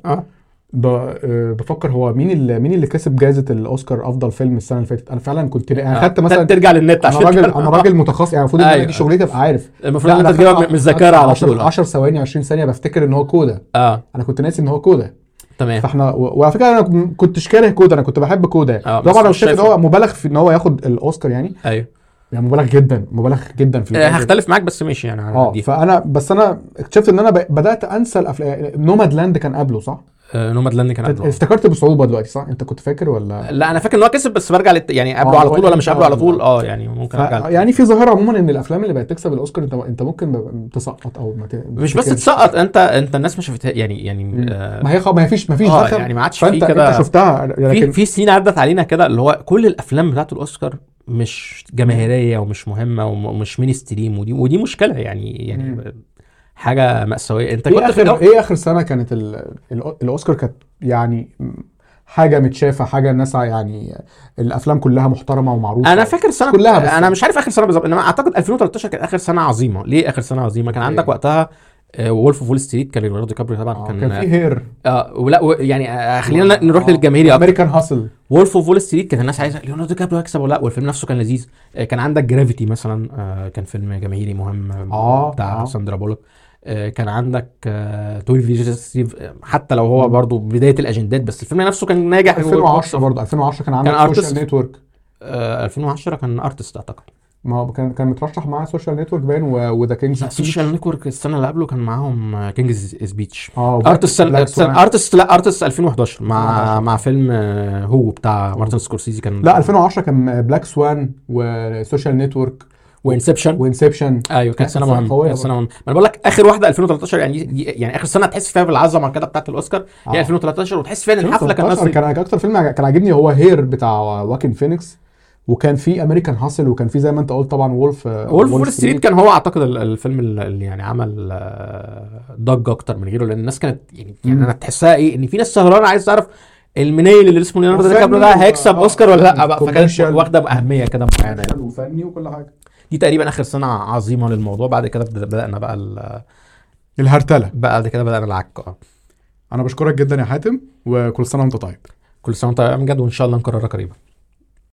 بفكر هو مين اللي كسب جائزه الاوسكار افضل فيلم السنه اللي فاتت. انا فعلا كنت خدت مثلا ترجع للنت عشان انا راجل متخصص، يعني المفروض ان دي شغلتي ابقى عارف. المفروض ان انت تجيبها من الذاكره على طول 10 ثواني 20 ثانيه بفتكر ان هو كودا. انا كنت ناسي ان هو كودا. تمام. فاحنا وعلى فكره انا كنتش كاره كودا، انا كنت بحب كودا. طبعا انا شايف ان هو مبالغ في ان هو ياخد الاوسكار يعني. ايوه يعني مبالغ جدا في هختلف معاك بس ماشي يعني. فانا اكتشفت ان انا بدات انسى الافلام. نوماد لاند كان قبله، صح؟ نوماد لاند كان قبله. افتكرت بصعوبه دلوقتي، صح؟ انت كنت فاكر ولا لا؟ انا فاكر ان هو كسب بس برجع يعني قبله على طول ولا مش قبله على طول. يعني ممكن ارجع يعني في ظاهره عموما ان الافلام اللي بقت تكسب الاوسكار انت ممكن تسقط او مش بس تسقط. انت الناس ما شافتها يعني ما فيش دخل يعني ما عادش في كده. انت شفتها لكن في سنين عدت علينا كده اللي هو كل الافلام بتاعه الاوسكار مش جماهيريه ومش مهمه ومش مين ستريم، ودي مشكله يعني حاجه مأساويه. انت ايه اخر سنه كانت الاوسكار كانت يعني حاجه متشافه، حاجه الناس يعني الافلام كلها محترمه ومعروفه. انا فاكر سنه كلها بس انا مش عارف اخر سنه بالظبط، انما اعتقد 2013 كانت اخر سنه عظيمه. ليه اخر سنه عظيمه؟ كان عندك وقتها وولف اوف وول ستريت، كان ليوناردو دي كابريو طبعا. كان في هير ولا يعني خلينا نروح للجماهيري. امريكان هاسل، وولف اوف وول ستريت كانت الناس عايزه ليوناردو دي كابريو يكسب ولا لا، والفيلم نفسه كان لذيذ. كان عندك جرافيتي مثلا، كان فيلم جماهيري مهم بتاع ساندرا بولوك. كان عندك 12 حتى لو هو برضو بدايه الاجندات، بس الفيلم نفسه كان ناجح. 2010 برضو 2010 كان عندك سوشيال نتورك. 2010 كان ارتست اعتقد. ما هو كان مترشح معاه سوشيال نتورك باين وذا كينجز سبيتش. سوشيال نتورك السنه اللي قبله كان معاهم كينجز سبيتش. ارتست 2011 مع فيلم هو بتاع مارتن سكورسيزي. كان لا 2010 كان بلاك سوان وسوشيال نتورك وانسبشن. ايوه كانت سنه مهمه. ما انا بقول لك اخر واحده 2013 يعني اخر سنه تحس فيها بالعظمه كده بتاعه الاوسكار هي 2013، وتحس فيها ان الحفله كان اكتر فيلم كان عاجبني هو هير بتاع واكين فينيكس، وكان في امريكان هاسل، وكان في زي ما انت قلت طبعا وولف وول ستريت. كان هو اعتقد الفيلم اللي يعني عمل ضجه اكتر من غيره، لان الناس كانت يعني انا تحسها ايه ان في ناس سهرانه عايز تعرف المنيل اللي اسمه ليوناردو دي كابريو ده هيكسب اوسكار ولا لا بقى، فكانت واخده باهميه كده معينه يعني وفني وكل حاجه. دي تقريبا اخر سنه عظيمه للموضوع. بعد كده بدانا بقى الهرتله، بعد كده بدانا العك. انا بشكرك جدا يا حاتم، وكل سنه وانت طيب. كل سنه وانت طيب بجد، وان شاء الله نكررها قريبا.